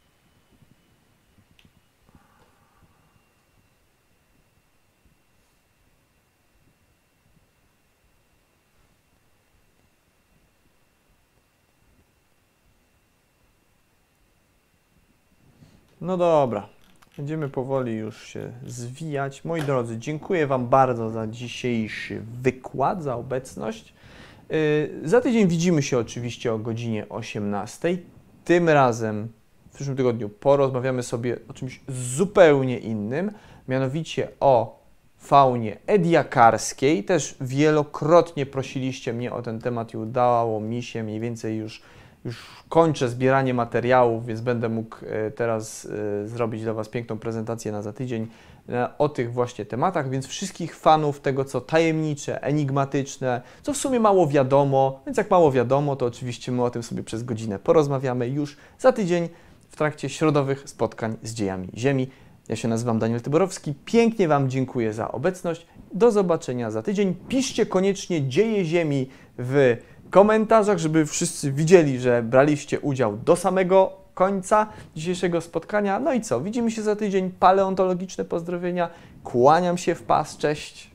No dobra, będziemy powoli już się zwijać. Moi drodzy, dziękuję Wam bardzo za dzisiejszy wykład, za obecność. Yy, za tydzień widzimy się oczywiście o godzinie osiemnastej. Tym razem w przyszłym tygodniu porozmawiamy sobie o czymś zupełnie innym, mianowicie o faunie ediakarskiej. Też wielokrotnie prosiliście mnie o ten temat i udało mi się mniej więcej już Już kończę zbieranie materiałów, więc będę mógł teraz zrobić dla Was piękną prezentację na za tydzień o tych właśnie tematach, więc wszystkich fanów tego, co tajemnicze, enigmatyczne, co w sumie mało wiadomo, więc jak mało wiadomo, to oczywiście my o tym sobie przez godzinę porozmawiamy już za tydzień w trakcie środowych spotkań z dziejami Ziemi. Ja się nazywam Daniel Tyborowski, pięknie Wam dziękuję za obecność, do zobaczenia za tydzień. Piszcie koniecznie Dzieje Ziemi w komentarzach, żeby wszyscy widzieli, że braliście udział do samego końca dzisiejszego spotkania. No i co? Widzimy się za tydzień. Paleontologiczne pozdrowienia. Kłaniam się w pas. Cześć.